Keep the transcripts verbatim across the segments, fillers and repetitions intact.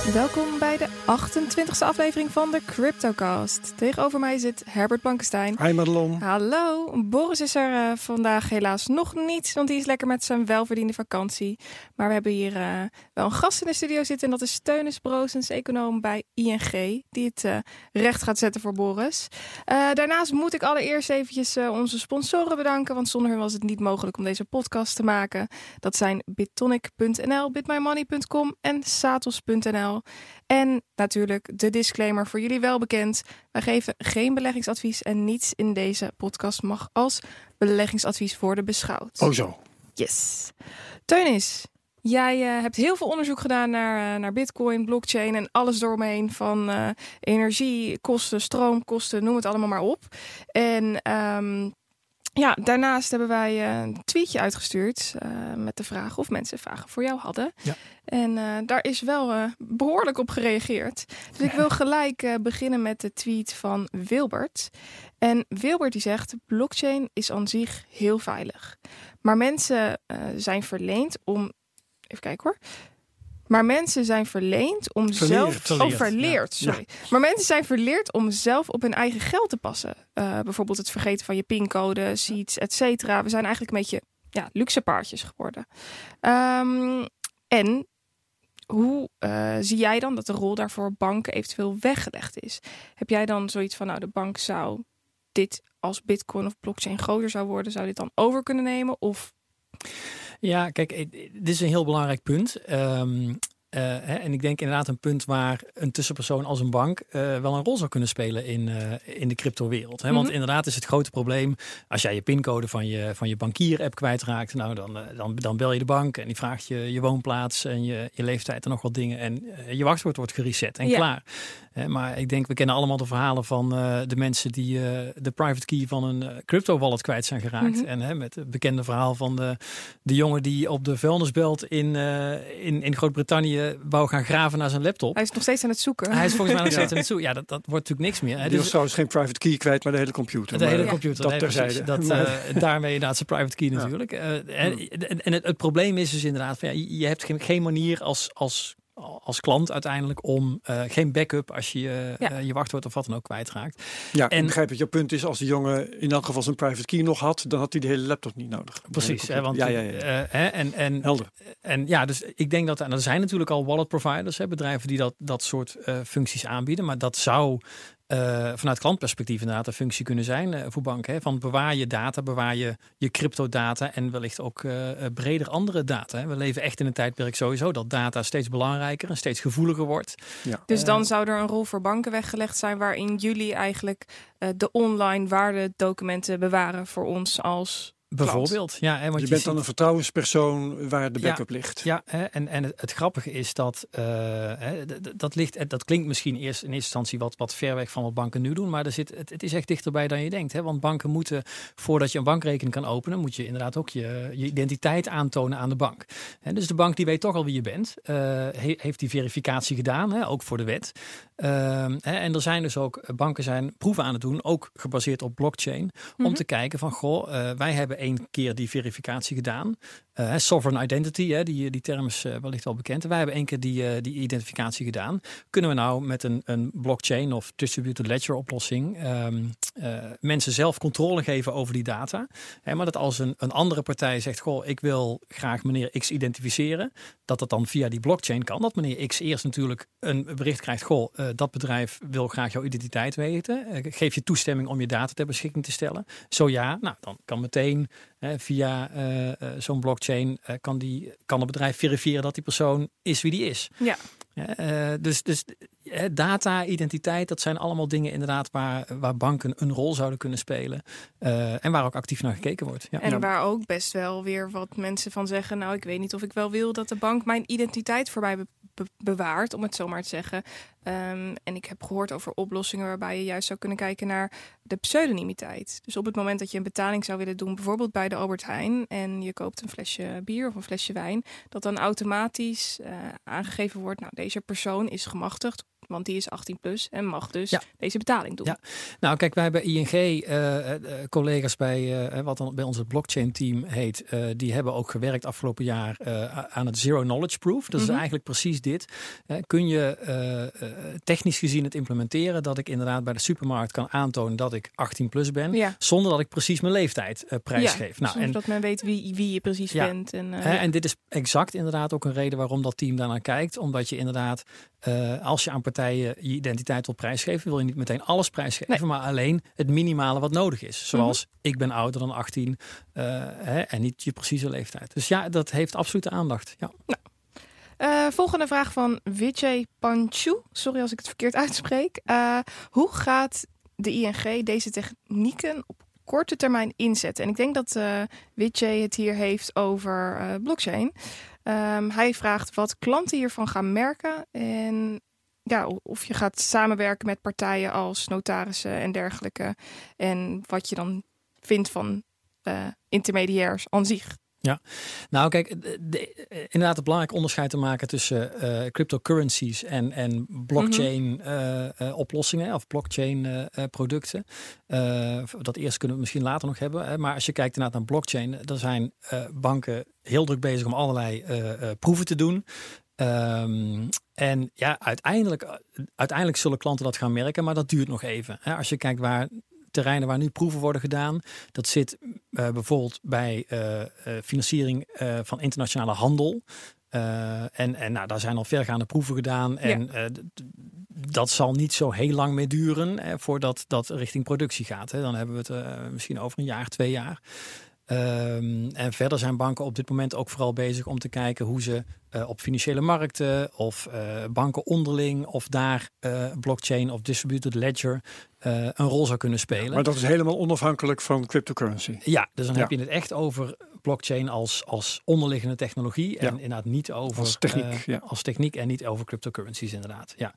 Welkom bij de achtentwintigste aflevering van de CryptoCast. Tegenover mij zit Herbert Blankenstein. Hi Madelon. Hallo. Boris is er uh, vandaag helaas nog niet, want die is lekker met zijn welverdiende vakantie. Maar we hebben hier uh, wel een gast in de studio zitten en dat is Teunis Broosens, econoom bij I N G, die het uh, recht gaat zetten voor Boris. Uh, daarnaast moet ik allereerst eventjes uh, onze sponsoren bedanken, want zonder hun was het niet mogelijk om deze podcast te maken. Dat zijn bitonic punt n l, bitmymoney punt com en satos punt n l. En natuurlijk de disclaimer voor jullie wel bekend. Wij geven geen beleggingsadvies en niets in deze podcast mag als beleggingsadvies worden beschouwd. Oh zo. Yes. Teunis, jij uh, hebt heel veel onderzoek gedaan naar, uh, naar Bitcoin, blockchain en alles doorheen van uh, energiekosten, stroomkosten, noem het allemaal maar op. En um, ja, daarnaast hebben wij een tweetje uitgestuurd uh, met de vraag of mensen vragen voor jou hadden. Ja. En uh, daar is wel uh, behoorlijk op gereageerd. Dus ik wil gelijk uh, beginnen met de tweet van Wilbert. En Wilbert die zegt, blockchain is aan zich heel veilig. Maar mensen uh, zijn verleend om... Even kijken hoor. Maar mensen zijn verleend om verleerd, zelf... verleerd. Oh, verleerd, Ja. sorry. Ja. Maar mensen zijn verleerd om zelf op hun eigen geld te passen. Uh, bijvoorbeeld het vergeten van je pincode, seeds, et cetera. We zijn eigenlijk een beetje ja, luxe paardjes geworden. Um, en hoe uh, zie jij dan dat de rol daarvoor banken eventueel weggelegd is? Heb jij dan zoiets van, nou, de bank zou dit als Bitcoin of blockchain groter zou worden, zou dit dan over kunnen nemen? Of... Ja, kijk, dit is een heel belangrijk punt. Um, uh, hè, en ik denk inderdaad een punt waar een tussenpersoon als een bank uh, wel een rol zou kunnen spelen in, uh, in de cryptowereld. Hè? Want mm-hmm. inderdaad is het grote probleem, als jij je pincode van je, van je bankier-app kwijtraakt, nou dan, uh, dan, dan bel je de bank en die vraagt je je woonplaats en je, je leeftijd en nog wat dingen. En uh, je wachtwoord wordt gereset en ja. klaar. Hè, maar ik denk, we kennen allemaal de verhalen van uh, de mensen die uh, de private key van een uh, crypto-wallet kwijt zijn geraakt. Mm-hmm. En hè, met het bekende verhaal van de, de jongen die op de vuilnisbelt in, uh, in, in Groot-Brittannië wou gaan graven naar zijn laptop. Hij is nog steeds aan het zoeken. Hij is volgens mij nog steeds ja. aan het zoeken. Ja, dat, dat wordt natuurlijk niks meer. Hè. Die dus, was trouwens geen private key kwijt, maar de hele computer. De maar, hele ja. computer. Dat nee, terzijde. Dat, uh, daarmee inderdaad zijn private key natuurlijk. Ja. Uh, en en, en het, het probleem is dus inderdaad, van, ja, je hebt geen, geen manier als... als als klant uiteindelijk om uh, geen backup als je uh, ja. uh, je wachtwoord of wat dan ook kwijtraakt. Ja, en ik begrijp dat jouw punt is, als de jongen in elk geval zijn private key nog had, dan had hij de hele laptop niet nodig. Precies, hè, want ja, ja, ja. Uh, hè, en, en, helder. En ja, dus ik denk dat en er zijn natuurlijk al wallet providers, hè, bedrijven die dat, dat soort uh, functies aanbieden, maar dat zou Uh, vanuit klantperspectief inderdaad een functie kunnen zijn uh, voor banken. Hè? Van bewaar je data, bewaar je je cryptodata en wellicht ook uh, breder andere data. Hè? We leven echt in een tijdperk sowieso dat data steeds belangrijker en steeds gevoeliger wordt. Ja. Dus dan uh, zou er een rol voor banken weggelegd zijn waarin jullie eigenlijk uh, de online waardedocumenten bewaren voor ons als... Bijvoorbeeld, ja. Hè, want je, je bent ziet... dan een vertrouwenspersoon waar de backup ja, ligt. Ja, hè, en, en het, het grappige is dat uh, hè, d- dat ligt, dat klinkt misschien eerst in eerste instantie wat, wat ver weg van wat banken nu doen, maar er zit, het, het is echt dichterbij dan je denkt. Hè, want banken moeten, voordat je een bankrekening kan openen, moet je inderdaad ook je, je identiteit aantonen aan de bank. Hè, dus de bank die weet toch al wie je bent, uh, he, heeft die verificatie gedaan, hè, ook voor de wet. Uh, hè, en er zijn dus ook, banken zijn proeven aan het doen, ook gebaseerd op blockchain, mm-hmm. om te kijken van, goh, uh, wij hebben één keer die verificatie gedaan. Uh, sovereign identity, hè, die, die term is uh, wellicht al bekend. Wij hebben één keer die, uh, die identificatie gedaan. Kunnen we nou met een, een blockchain of distributed ledger oplossing um, uh, mensen zelf controle geven over die data? Hè, maar dat als een, een andere partij zegt, goh, ik wil graag meneer X identificeren, dat dat dan via die blockchain kan. Dat meneer X eerst natuurlijk een bericht krijgt, goh, uh, dat bedrijf wil graag jouw identiteit weten. Uh, geef je toestemming om je data ter beschikking te stellen. Zo ja, nou dan kan meteen uh, via uh, uh, zo'n blockchain uh, kan, die, kan het bedrijf verifiëren dat die persoon is wie die is. Ja. Uh, dus dus uh, data, identiteit, dat zijn allemaal dingen inderdaad waar, waar banken een rol zouden kunnen spelen. Uh, en waar ook actief naar gekeken wordt. Ja. En waar ook best wel weer wat mensen van zeggen, nou ik weet niet of ik wel wil dat de bank mijn identiteit voor mij be- be- bewaart, om het zo maar te zeggen. Um, en ik heb gehoord over oplossingen waarbij je juist zou kunnen kijken naar de pseudonimiteit. Dus op het moment dat je een betaling zou willen doen, bijvoorbeeld bij de Albert Heijn, en je koopt een flesje bier of een flesje wijn, dat dan automatisch uh, aangegeven wordt, nou deze persoon is gemachtigd Want die is achttien plus en mag dus ja. deze betaling doen. Ja. Nou, kijk, wij bij I N G, uh, uh, collega's bij uh, wat dan bij ons het blockchain team heet, uh, die hebben ook gewerkt afgelopen jaar uh, aan het Zero Knowledge Proof. Dat mm-hmm. is eigenlijk precies dit. Uh, kun je uh, uh, technisch gezien het implementeren dat ik inderdaad bij de supermarkt kan aantonen dat ik achttien plus ben, ja. zonder dat ik precies mijn leeftijd uh, prijsgeef. Ja, nou, zonder en, dat men weet wie, wie je precies ja. bent. En, uh, uh, ja. en dit is exact inderdaad ook een reden waarom dat team daarnaar kijkt. Omdat je inderdaad, uh, als je aan partijen je identiteit wil prijsgeven, wil je niet meteen alles prijsgeven, nee. maar alleen het minimale wat nodig is. Zoals mm-hmm. ik ben ouder dan achttien uh, hè, en niet je precieze leeftijd. Dus ja, dat heeft absolute aandacht. Ja. Nou. Uh, volgende vraag van Vijay Panchu. Sorry als ik het verkeerd uitspreek. Uh, hoe gaat de I N G deze technieken op korte termijn inzetten? En ik denk dat uh, Vijay het hier heeft over uh, blockchain. Um, hij vraagt wat klanten hiervan gaan merken en ja, of je gaat samenwerken met partijen als notarissen en dergelijke. En wat je dan vindt van uh, intermediairs aan zich. Ja, nou kijk, de, de, inderdaad een belangrijk onderscheid te maken tussen uh, cryptocurrencies en, en blockchain mm-hmm. uh, uh, oplossingen of blockchain uh, uh, producten. Uh, dat eerst kunnen we misschien later nog hebben. Hè, maar als je kijkt inderdaad naar blockchain, dan zijn uh, banken heel druk bezig om allerlei uh, uh, proeven te doen. Um, en ja, uiteindelijk, uiteindelijk zullen klanten dat gaan merken, maar dat duurt nog even. Hè, als je kijkt waar terreinen waar nu proeven worden gedaan, dat zit uh, bijvoorbeeld bij uh, uh, financiering uh, van internationale handel. Uh, en en nou, daar zijn al vergaande proeven gedaan. En ja. uh, d- dat zal niet zo heel lang meer duren hè, voordat dat richting productie gaat. Hè. Dan hebben we het uh, misschien over een jaar, twee jaar. Um, en verder zijn banken op dit moment ook vooral bezig om te kijken hoe ze uh, op financiële markten of uh, banken onderling of daar uh, blockchain of distributed ledger uh, een rol zou kunnen spelen. Maar dat is helemaal onafhankelijk van cryptocurrency. Ja, dus dan ja. heb je het echt over blockchain als, als onderliggende technologie en ja. inderdaad niet over als techniek, uh, ja. als techniek en niet over cryptocurrencies inderdaad. Ja.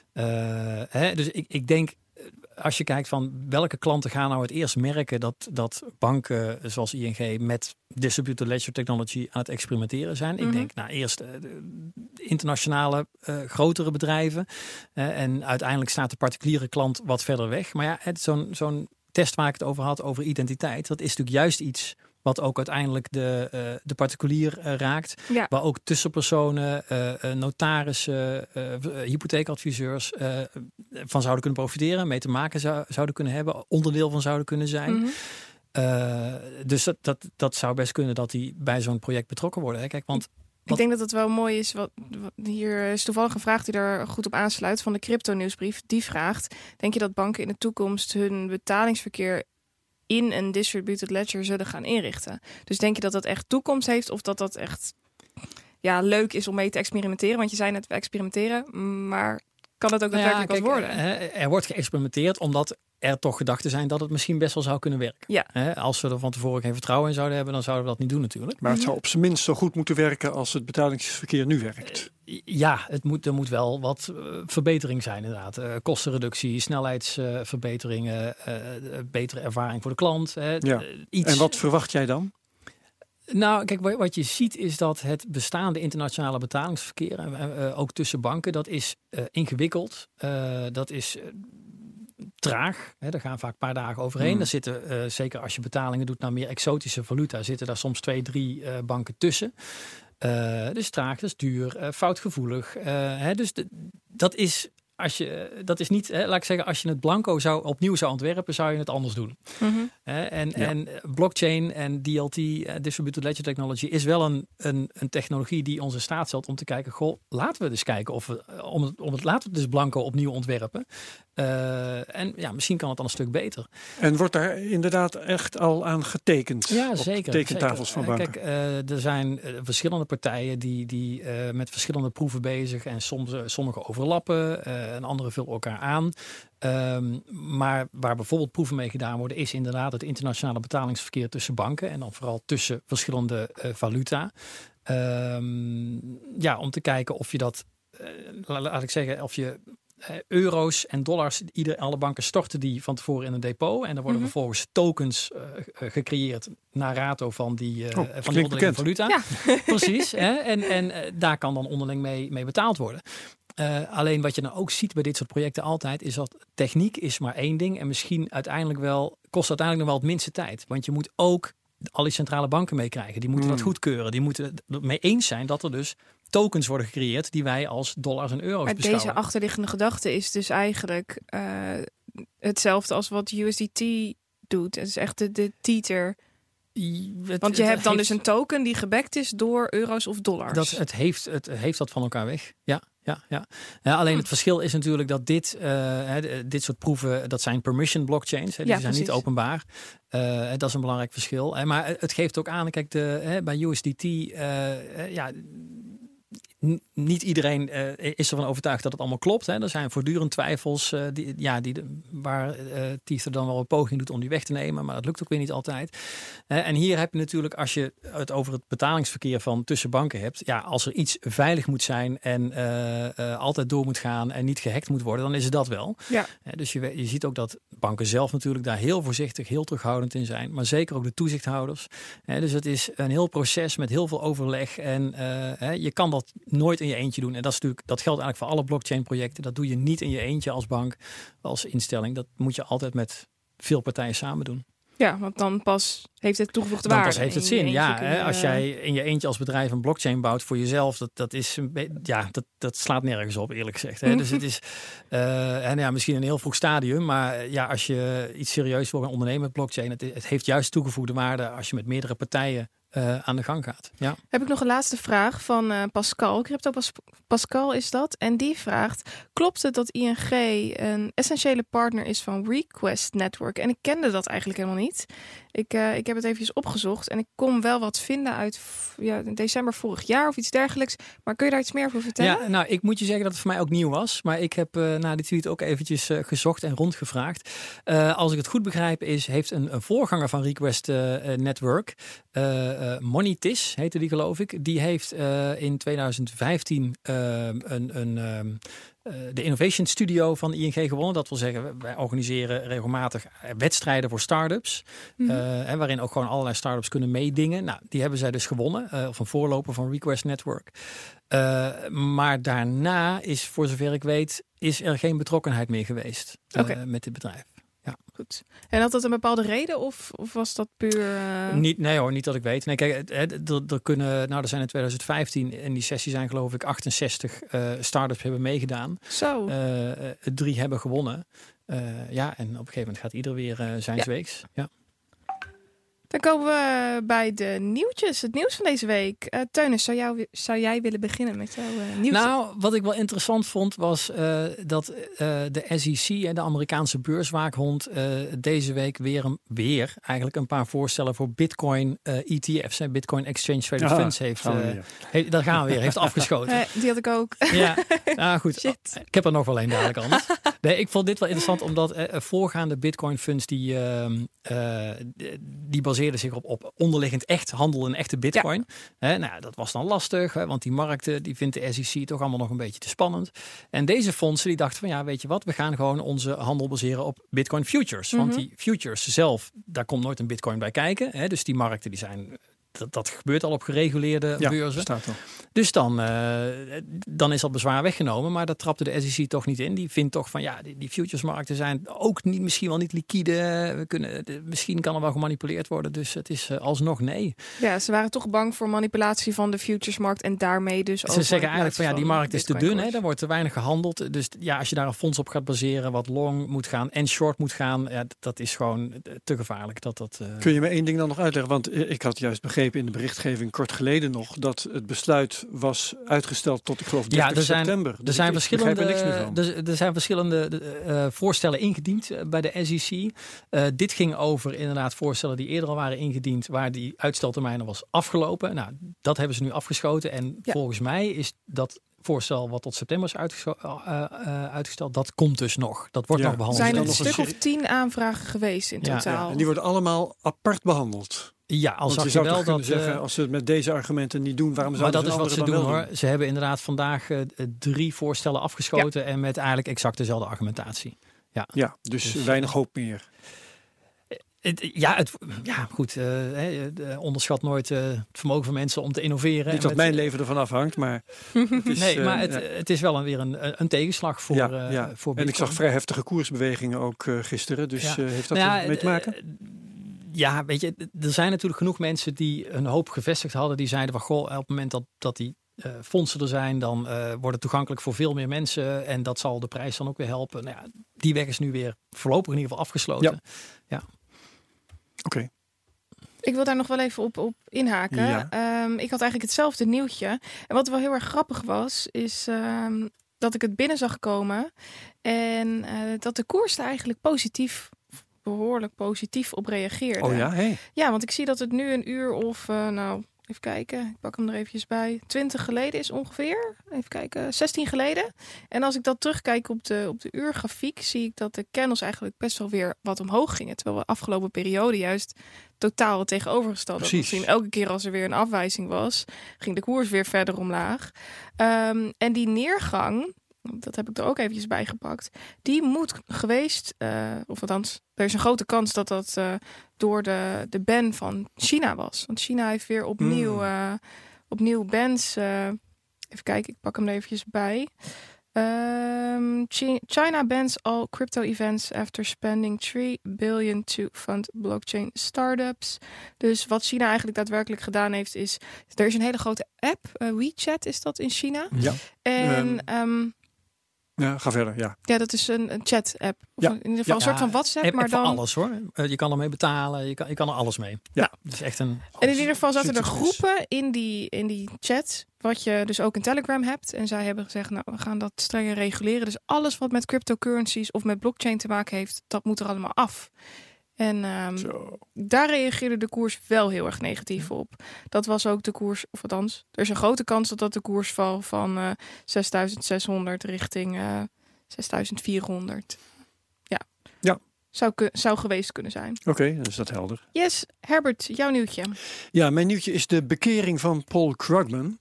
Uh, hè, dus ik, ik denk, als je kijkt van welke klanten gaan nou het eerst merken dat, dat banken zoals I N G met distributed ledger technology aan het experimenteren zijn. Mm-hmm. Ik denk nou eerst uh, internationale uh, grotere bedrijven uh, en uiteindelijk staat de particuliere klant wat verder weg. Maar ja, het, zo'n, zo'n test waar ik het over had over identiteit, dat is natuurlijk juist iets wat ook uiteindelijk de, uh, de particulier uh, raakt. Ja. Waar ook tussenpersonen, uh, uh, notarissen, uh, uh, hypotheekadviseurs uh, van zouden kunnen profiteren. Mee te maken zou, zouden kunnen hebben. Onderdeel van zouden kunnen zijn. Mm-hmm. Uh, dus dat, dat, dat zou best kunnen dat die bij zo'n project betrokken worden. Hè? Kijk, want ik denk dat het wel mooi is. Wat, wat, hier is toevallig een vraag die er goed op aansluit van de crypto nieuwsbrief. Die vraagt, denk je dat banken in de toekomst hun betalingsverkeer in een distributed ledger zullen gaan inrichten? Dus denk je dat dat echt toekomst heeft of dat dat echt ja, leuk is om mee te experimenteren? Want je zei net, we experimenteren, maar kan het ook daadwerkelijk nou ja, wat kijk, worden? Er wordt geëxperimenteerd omdat er toch gedachten zijn dat het misschien best wel zou kunnen werken. Ja. Als we er van tevoren geen vertrouwen in zouden hebben, dan zouden we dat niet doen natuurlijk. Maar het zou op zijn minst zo goed moeten werken als het betalingsverkeer nu werkt. Uh, ja, het moet, er moet wel wat uh, verbetering zijn inderdaad. Uh, kostenreductie, snelheidsverbeteringen, uh, uh, betere ervaring voor de klant. Uh, ja. iets... En wat verwacht jij dan? Nou, kijk, wat je ziet is dat het bestaande internationale betalingsverkeer, uh, ook tussen banken, dat is uh, ingewikkeld. Uh, dat is uh, traag. Hè, daar gaan vaak een paar dagen overheen. Mm. Daar zitten, uh, zeker als je betalingen doet naar meer exotische valuta, zitten daar soms twee, drie uh, banken tussen. Uh, dus traag, dat is duur, uh, foutgevoelig. Uh, hè, dus de, dat is... Als je, dat is niet, hè, laat ik zeggen, als je het blanco zou, opnieuw zou ontwerpen, zou je het anders doen. Mm-hmm. Hè, en, ja. en blockchain en D L T, uh, Distributed Ledger Technology, is wel een, een, een technologie die ons in staat stelt om te kijken, goh, laten we dus kijken of we, om het, om het laten we dus blanco opnieuw ontwerpen. Uh, en ja, misschien kan het dan een stuk beter. En wordt daar inderdaad echt al aan getekend? Ja, op zeker. tekentafels zeker. van banken? Kijk, uh, er zijn uh, verschillende partijen die, die uh, met verschillende proeven bezig en soms, uh, sommige overlappen uh, en andere vullen elkaar aan. Um, maar waar bijvoorbeeld proeven mee gedaan worden, is inderdaad het internationale betalingsverkeer tussen banken en dan vooral tussen verschillende uh, valuta. Um, ja, om te kijken of je dat, uh, laat ik zeggen, of je Uh, euro's en dollars, ieder, alle banken storten die van tevoren in een depot. En er worden mm-hmm. vervolgens tokens uh, gecreëerd naar rato van die, uh, oh, van de onderlinge valuta. Ja. Precies. Hè? En, en uh, daar kan dan onderling mee, mee betaald worden. Uh, alleen wat je dan ook ziet bij dit soort projecten altijd, is dat techniek is maar één ding. En misschien uiteindelijk wel, kost uiteindelijk nog wel het minste tijd. Want je moet ook al die centrale banken meekrijgen. Die moeten mm. dat goedkeuren. Die moeten het mee eens zijn dat er dus tokens worden gecreëerd die wij als dollars en euro's maar beschouwen. Deze achterliggende gedachte is dus eigenlijk uh, hetzelfde als wat U S D T doet. Het is echt de, de teeter. Het, Want je het hebt dan heeft, dus een token die gebackt is door euro's of dollars. Dat, het, heeft, het heeft dat van elkaar weg. Ja, ja, ja. ja alleen hm. het verschil is natuurlijk dat dit, uh, hè, dit soort proeven, dat zijn permission blockchains. Hè, die ja, zijn precies. niet openbaar. Uh, dat is een belangrijk verschil. Uh, maar het geeft ook aan, kijk, de, hè, bij U S D T, uh, uh, ja... N- niet iedereen uh, is ervan overtuigd dat het allemaal klopt. Hè. Er zijn voortdurend twijfels uh, die, ja, die de, waar uh, Tether dan wel een poging doet om die weg te nemen. Maar dat lukt ook weer niet altijd. Uh, en hier heb je natuurlijk, als je het over het betalingsverkeer van tussen banken hebt. Ja, als er iets veilig moet zijn en uh, uh, altijd door moet gaan en niet gehackt moet worden, dan is het dat wel. Ja. Uh, dus je, je ziet ook dat banken zelf natuurlijk daar heel voorzichtig, heel terughoudend in zijn. Maar zeker ook de toezichthouders. Uh, dus het is een heel proces met heel veel overleg. En uh, uh, je kan dat nooit in je eentje doen. En dat is natuurlijk, dat geldt eigenlijk voor alle blockchain projecten. Dat doe je niet in je eentje als bank, als instelling. Dat moet je altijd met veel partijen samen doen. Ja, want dan pas heeft het toegevoegde dan waarde. Dan pas heeft het zin. Ja, hè, als jij in je eentje als bedrijf een blockchain bouwt voor jezelf, dat, dat is een be- ja, dat, dat slaat nergens op, eerlijk gezegd. Hè. Dus het is uh, en ja, misschien een heel vroeg stadium, maar ja, als je iets serieus wil gaan ondernemen met blockchain, het, het heeft juist toegevoegde waarde als je met meerdere partijen Uh, aan de gang gaat. Ja. Heb ik nog een laatste vraag van uh, Pascal. Crypto Pas- Pascal is dat. En die vraagt, klopt het dat I N G een essentiële partner is van Request Network? En ik kende dat eigenlijk helemaal niet. Ik, uh, ik heb het eventjes opgezocht en ik kon wel wat vinden uit ja, december vorig jaar of iets dergelijks. Maar kun je daar iets meer over vertellen? Ja, nou, ik moet je zeggen dat het voor mij ook nieuw was. Maar ik heb uh, na die tweet ook eventjes uh, gezocht en rondgevraagd. Uh, als ik het goed begrijp is, heeft een, een voorganger van Request uh, Network, uh, uh, Monitis heette die geloof ik. Die heeft uh, in tweeduizend vijftien uh, een... een um, Uh, de Innovation Studio van I N G gewonnen. Dat wil zeggen, wij organiseren regelmatig wedstrijden voor start-ups. Mm-hmm. Uh, en waarin ook gewoon allerlei start-ups kunnen meedingen. Nou, die hebben zij dus gewonnen. Uh, of een voorloper van Request Network. Uh, maar daarna is, voor zover ik weet, is er geen betrokkenheid meer geweest uh, okay. met dit bedrijf. Ja. Goed. En had dat een bepaalde reden of, of was dat puur... Uh... Niet, nee hoor, niet dat ik weet. Nee, kijk, er kunnen, nou, er zijn in tweeduizend vijftien in die sessie zijn geloof ik achtenzestig uh, start-ups hebben meegedaan. Zo. Uh, uh, drie hebben gewonnen. Uh, ja, en op een gegeven moment gaat ieder weer uh, zijn ja. weeks. Ja. Dan komen we bij de nieuwtjes. Het nieuws van deze week. Uh, Teunis, zou, jou, zou jij willen beginnen met jouw uh, nieuws? Nou, wat ik wel interessant vond was uh, dat uh, de S E C, de Amerikaanse beurswaakhond, uh, deze week weer, een, weer eigenlijk een paar voorstellen voor Bitcoin uh, E T F's, hè, Bitcoin Exchange Traded Funds heeft. Uh, he, daar gaan we weer, heeft afgeschoten. Uh, die had ik ook. Ja, nou goed. Shit. Ik heb er nog wel een dadelijk anders. Nee, ik vond dit wel interessant omdat uh, voorgaande Bitcoin funds die, uh, uh, die baseren zich op, op onderliggend echt handel in echte bitcoin. Ja. He, nou, dat was dan lastig, he, want die markten die vindt de S E C toch allemaal nog een beetje te spannend. En deze fondsen die dachten van ja, weet je wat, we gaan gewoon onze handel baseren op bitcoin futures. Mm-hmm. Want die futures zelf, daar komt nooit een bitcoin bij kijken. He, dus die markten die zijn... Dat, dat gebeurt al op gereguleerde ja, beurzen. Staat er. Dus dan, uh, dan is dat bezwaar weggenomen. Maar dat trapte de S E C toch niet in. Die vindt toch van ja, die, die futuresmarkten zijn ook niet, misschien wel niet liquide. We kunnen, de, misschien kan er wel gemanipuleerd worden. Dus het is uh, alsnog nee. Ja, ze waren toch bang voor manipulatie van de futuresmarkt. En daarmee dus ook... Ze zeggen eigenlijk van ja, die markt is te dun. Hè, daar wordt te weinig gehandeld. Dus ja, als je daar een fonds op gaat baseren, wat long moet gaan en short moet gaan. Ja, dat is gewoon te gevaarlijk. Dat, dat, uh... Kun je me één ding dan nog uitleggen? Want ik had juist begrepen in de berichtgeving kort geleden nog dat het besluit was uitgesteld tot ik geloof dertig ja, er zijn, september. Er dus zijn ik, verschillende, ik er, niks meer van. er, er zijn verschillende uh, voorstellen ingediend uh, bij de S E C. Uh, dit ging over inderdaad voorstellen die eerder al waren ingediend waar die uitsteltermijn was afgelopen. Nou, dat hebben ze nu afgeschoten en ja. volgens mij is dat voorstel wat tot september is uitgestel, uh, uh, uitgesteld, dat komt dus nog. Dat wordt ja. nog behandeld. Er zijn een stuk of tien aanvragen geweest in totaal. Ja, ja. En die worden allemaal apart behandeld. Ja, als je je zou wel dat zeggen, als ze het met deze argumenten niet doen, waarom maar zouden dat ze is wat ze doen, doen hoor. Ze hebben inderdaad vandaag uh, drie voorstellen afgeschoten ja. en met eigenlijk exact dezelfde argumentatie. Ja, ja dus, dus weinig hoop meer. Het, ja, het, ja, goed. Uh, he, onderschat nooit uh, het vermogen van mensen om te innoveren. Niet dat mijn leven ervan afhangt, maar... Het is, nee, maar het, ja. het is wel een, weer een, een tegenslag voor, ja, ja. Uh, voor Bitcoin. En ik zag vrij heftige koersbewegingen ook uh, gisteren. Dus ja. uh, heeft dat nou ja, mee te maken? Uh, ja, weet je, er zijn natuurlijk genoeg mensen die een hoop gevestigd hadden. Die zeiden van, goh, op het moment dat, dat die uh, fondsen er zijn, dan uh, wordt het toegankelijk voor veel meer mensen. En dat zal de prijs dan ook weer helpen. Nou ja, die weg is nu weer voorlopig in ieder geval afgesloten. Ja. ja. Oké. Okay. Ik wil daar nog wel even op, op inhaken. Ja. Um, ik had eigenlijk hetzelfde nieuwtje. En wat wel heel erg grappig was, is um, dat ik het binnen zag komen. En uh, dat de koers er eigenlijk positief, behoorlijk positief op reageerde. Oh ja, hey. Ja, want ik zie dat het nu een uur of, uh, nou, even kijken. Ik pak hem er eventjes bij. twintig geleden is ongeveer. Even kijken, zestien geleden. En als ik dat terugkijk op de, op de uurgrafiek, zie ik dat de candles eigenlijk best wel weer wat omhoog gingen. Terwijl we afgelopen periode juist totaal het tegenovergestelde hadden gezien. Elke keer als er weer een afwijzing was, ging de koers weer verder omlaag. Um, en die neergang, dat heb ik er ook eventjes bij gepakt, die moet geweest, uh, of althans, er is een grote kans dat dat uh, door de, de ban van China was. Want China heeft weer opnieuw, mm. uh, opnieuw bans. Uh, even kijken, ik pak hem er eventjes bij. Um, China bans all crypto events after spending three billion to fund blockchain startups. Dus wat China eigenlijk daadwerkelijk gedaan heeft is, er is een hele grote app, uh, WeChat is dat in China. Ja. En um, Ja, ga verder, ja. Ja, dat is een, een chat-app. Of ja. in ieder geval ja, een soort van WhatsApp, app, maar app dan... voor alles, hoor. Uh, je kan ermee betalen, je kan, je kan er alles mee. Ja. ja het is echt een... En in ieder geval zaten er groepen in die, in die chat, wat je dus ook in Telegram hebt. En zij hebben gezegd, nou, we gaan dat strenger reguleren. Dus alles wat met cryptocurrencies of met blockchain te maken heeft, dat moet er allemaal af. En um, daar reageerde de koers wel heel erg negatief op. Dat was ook de koers, of althans, er is een grote kans dat dat de koersval van uh, zesduizend zeshonderd richting uh, zesduizend vierhonderd ja. Ja. Zou, zou geweest kunnen zijn. Oké, okay, dan is dat helder. Yes, Herbert, jouw nieuwtje. Ja, mijn nieuwtje is de bekering van Paul Krugman.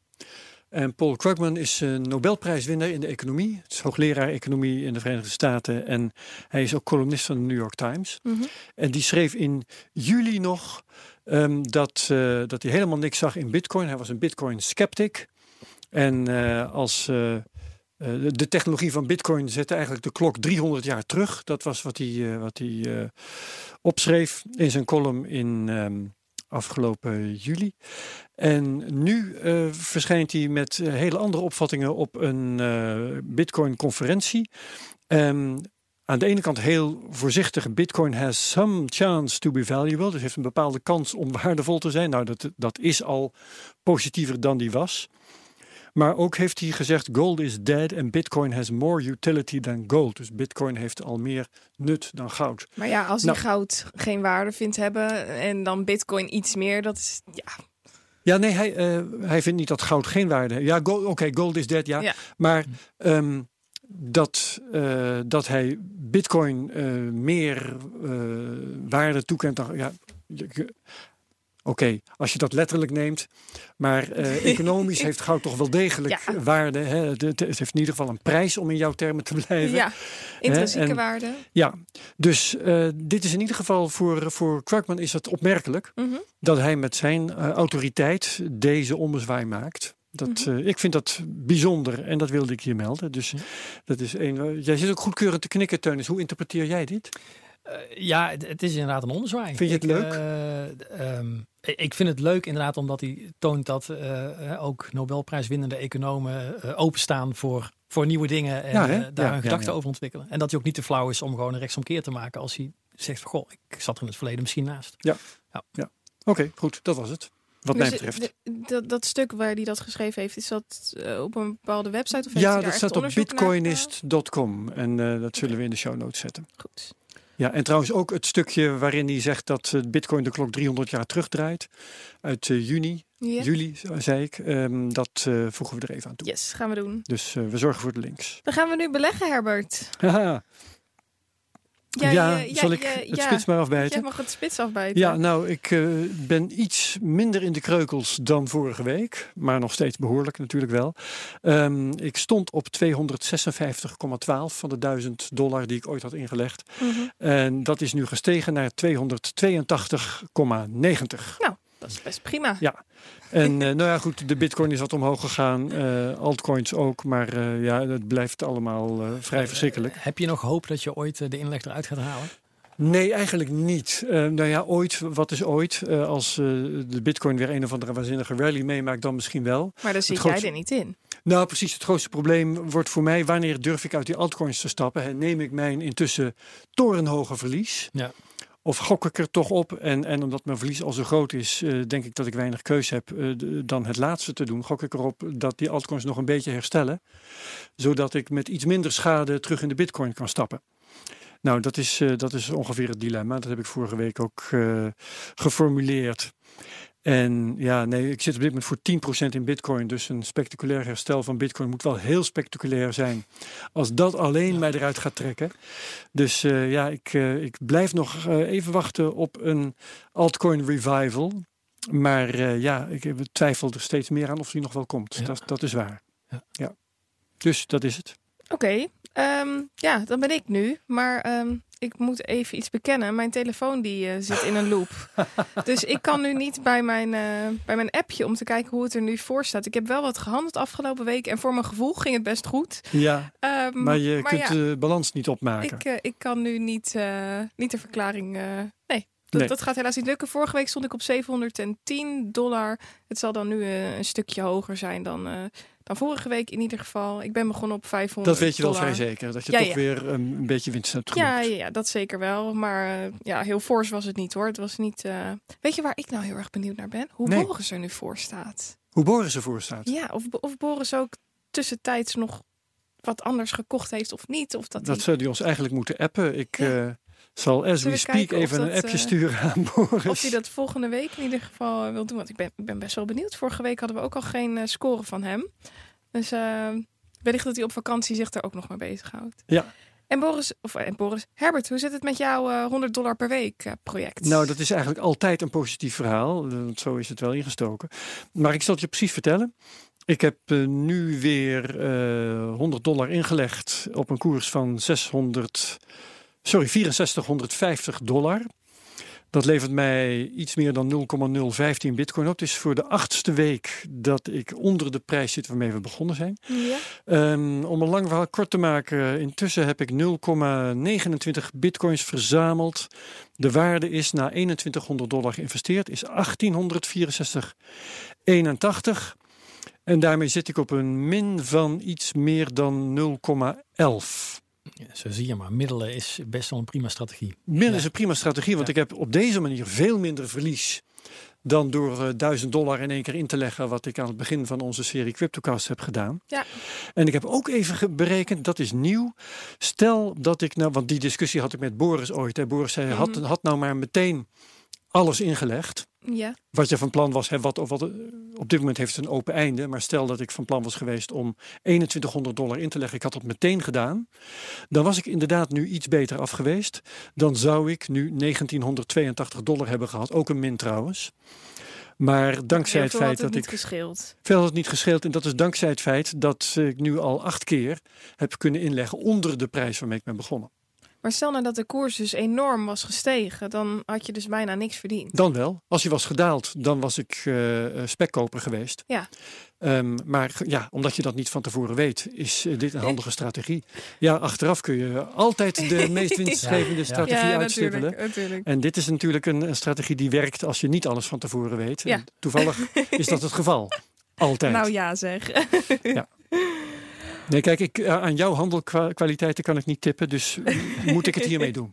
En Paul Krugman is een Nobelprijswinnaar in de economie. Het is hoogleraar economie in de Verenigde Staten. En hij is ook columnist van de New York Times. Mm-hmm. En die schreef in juli nog um, dat, uh, dat hij helemaal niks zag in Bitcoin. Hij was een Bitcoin-sceptic. En uh, als uh, uh, de technologie van Bitcoin zette eigenlijk de klok driehonderd jaar terug. Dat was wat hij, uh, wat hij uh, opschreef in zijn column in... Um, afgelopen juli. En nu uh, verschijnt hij met uh, hele andere opvattingen op een uh, Bitcoin-conferentie. Um, aan de ene kant heel voorzichtig. Bitcoin has some chance to be valuable. Dus heeft een bepaalde kans om waardevol te zijn. Nou, dat, dat is al positiever dan die was. Maar ook heeft hij gezegd, gold is dead and Bitcoin has more utility than gold. Dus Bitcoin heeft al meer nut dan goud. Maar ja, als hij nou, goud geen waarde vindt hebben en dan Bitcoin iets meer, dat is, ja... Ja, nee, hij, uh, hij vindt niet dat goud geen waarde heeft. Ja, oké, okay, gold is dead, ja. ja. Maar um, dat, uh, dat hij Bitcoin uh, meer uh, waarde toekent dan... Ja, Oké, okay, als je dat letterlijk neemt. Maar uh, economisch heeft goud toch wel degelijk ja. waarde. Hè? Het, het heeft in ieder geval een prijs om in jouw termen te blijven. Ja, intrinsieke waarde. Ja, dus uh, dit is in ieder geval voor, voor Krugman is het opmerkelijk. Mm-hmm. Dat hij met zijn uh, autoriteit deze ommezwaai maakt. Dat, mm-hmm. uh, ik vind dat bijzonder en dat wilde ik hier melden. Dus mm-hmm. dat is een. Uh, jij zit ook goedkeurend te knikken, Teunis. Hoe interpreteer jij dit? Uh, ja, het, het is inderdaad een ommezwaai. Vind je het ik, leuk? Uh, um, ik vind het leuk inderdaad omdat hij toont dat uh, ook Nobelprijswinnende economen uh, openstaan voor, voor nieuwe dingen en ja, uh, daar ja, hun gedachten ja, ja. over ontwikkelen. En dat hij ook niet te flauw is om gewoon een rechtsomkeer te maken als hij zegt van goh, ik zat er in het verleden misschien naast. Ja, ja. ja. Oké, okay, goed, dat was het. Wat mij betreft. De, de, dat, dat stuk waar hij dat geschreven heeft, is dat uh, op een bepaalde website? Of ja, dat staat op bitcoinist punt com en uh, dat zullen we in de show notes zetten. Goed. Ja, en trouwens ook het stukje waarin hij zegt dat uh, Bitcoin de klok driehonderd jaar terugdraait. Uit uh, juni, yeah. juli zei ik. Um, dat uh, voegen we er even aan toe. Yes, gaan we doen. Dus uh, we zorgen voor de links. Dan gaan we nu beleggen, Herbert. Haha. Ja, ja, ja, zal ja, ik ja, het ja. spits maar afbijten? Jij mag het spits afbijten. Ja, nou, ik uh, ben iets minder in de kreukels dan vorige week. Maar nog steeds behoorlijk natuurlijk wel. Um, ik stond op tweehonderdzesenvijftig komma twaalf van de duizend dollar die ik ooit had ingelegd. Mm-hmm. En dat is nu gestegen naar tweehonderdtweeëntachtig komma negentig. Nou, dat is best prima. Ja. En uh, nou ja, goed, de bitcoin is wat omhoog gegaan. Uh, altcoins ook. Maar uh, ja, het blijft allemaal uh, vrij verschrikkelijk. Uh, heb je nog hoop dat je ooit uh, de inleg eruit gaat halen? Nee, eigenlijk niet. Uh, nou ja, ooit, wat is ooit? Uh, als uh, de bitcoin weer een of andere waanzinnige rally meemaakt, dan misschien wel. Maar dan zit grootste... jij er niet in. Nou, precies. Het grootste probleem wordt voor mij, wanneer durf ik uit die altcoins te stappen? En neem ik mijn intussen torenhoge verlies? Ja. Of gok ik er toch op? En, en omdat mijn verlies al zo groot is, uh, denk ik dat ik weinig keus heb uh, de, dan het laatste te doen. Gok ik erop dat die altcoins nog een beetje herstellen. Zodat ik met iets minder schade terug in de bitcoin kan stappen. Nou, dat is, uh, dat is ongeveer het dilemma. Dat heb ik vorige week ook uh, geformuleerd. En ja, nee, ik zit op dit moment voor tien procent in bitcoin. Dus een spectaculair herstel van bitcoin moet wel heel spectaculair zijn. Als dat alleen ja. mij eruit gaat trekken. Dus uh, ja, ik, uh, ik blijf nog uh, even wachten op een altcoin revival. Maar uh, ja, ik twijfel er steeds meer aan of die nog wel komt. Ja. Dat, dat is waar. Ja. Ja. Dus dat is het. Oké, okay, um, ja, dan ben ik nu. Maar um, ik moet even iets bekennen. Mijn telefoon die uh, zit in een loop. Dus ik kan nu niet bij mijn, uh, bij mijn appje om te kijken hoe het er nu voor staat. Ik heb wel wat gehandeld afgelopen week. En voor mijn gevoel ging het best goed. Ja, um, maar je maar kunt ja, de balans niet opmaken. Ik, uh, ik kan nu niet, uh, niet de verklaring... Uh, nee. Dat, nee. dat gaat helaas niet lukken. Vorige week stond ik op zevenhonderdtien dollar. Het zal dan nu uh, een stukje hoger zijn dan, uh, dan vorige week in ieder geval. Ik ben begonnen op vijfhonderd Dat weet je wel dollar. vrij zeker. Dat je ja, toch ja. weer um, een beetje winst hebt ja, ja, ja, dat zeker wel. Maar uh, ja, heel fors was het niet hoor. Het was niet... Uh... Weet je waar ik nou heel erg benieuwd naar ben? Hoe nee. Boris er nu voor staat. Hoe Boris er voor staat? Ja, of, of Boris ook tussentijds nog wat anders gekocht heeft of niet. Of dat dat die... zou hij ons eigenlijk moeten appen. Ik... Ja. Uh... zal as we speak even dat, een appje uh, sturen aan Boris. Of hij dat volgende week in ieder geval uh, wil doen. Want ik ben, ik ben best wel benieuwd. Vorige week hadden we ook al geen uh, score van hem. Dus uh, wellicht dat hij op vakantie zich er ook nog mee bezighoudt. Ja. En Boris, of en Boris, Herbert, hoe zit het met jouw uh, honderd dollar per week uh, project? Nou, dat is eigenlijk altijd een positief verhaal. Want zo is het wel ingestoken. Maar ik zal het je precies vertellen. Ik heb uh, nu weer uh, honderd dollar ingelegd op een koers van zeshonderd... Sorry, vierenzestighonderdvijftig dollar. Dat levert mij iets meer dan nul komma nul vijftien bitcoin op. Het is voor de achtste week dat ik onder de prijs zit waarmee we begonnen zijn. Ja. Um, om een lang verhaal kort te maken. Intussen heb ik nul komma negenentwintig bitcoins verzameld. De waarde is na eenentwintighonderd dollar geïnvesteerd. Is achttienhonderdvierenzestig komma eenentachtig. En daarmee zit ik op een min van iets meer dan nul komma elf. Ja, zo zie je maar. Middelen is best wel een prima strategie. Middelen ja. is een prima strategie, want ja. ik heb op deze manier veel minder verlies dan door uh, duizend dollar in één keer in te leggen, wat ik aan het begin van onze serie CryptoCast heb gedaan. Ja. En ik heb ook even berekend, dat is nieuw. Stel dat ik nou, want die discussie had ik met Boris ooit. Hè. Boris zei, mm-hmm. had, had nou maar meteen alles ingelegd. Ja. Wat je van plan was, hè, wat, of wat, op dit moment heeft het een open einde. Maar stel dat ik van plan was geweest om eenentwintighonderd dollar in te leggen. Ik had dat meteen gedaan. Dan was ik inderdaad nu iets beter af geweest. Dan zou ik nu negentienhonderdtweeëntachtig dollar hebben gehad. Ook een min trouwens. Maar dankzij het feit dat ik... Gescheeld. Veel had het niet gescheeld. En dat is dankzij het feit dat ik nu al acht keer heb kunnen inleggen onder de prijs waarmee ik ben begonnen. Maar stel nou dat de koers dus enorm was gestegen, dan had je dus bijna niks verdiend. Dan wel. Als hij was gedaald, dan was ik uh, spekkoper geweest. Ja. Um, maar ja, omdat je dat niet van tevoren weet, is uh, dit een handige strategie. Ja, achteraf kun je altijd de meest winstgevende ja, strategie ja, uitstippelen. Natuurlijk, natuurlijk. En dit is natuurlijk een, een strategie die werkt als je niet alles van tevoren weet. Ja. En toevallig is dat het geval. Altijd. Nou ja zeg. Ja. Nee, kijk, ik, aan jouw handelkwaliteiten kan ik niet tippen, dus moet ik het hiermee doen?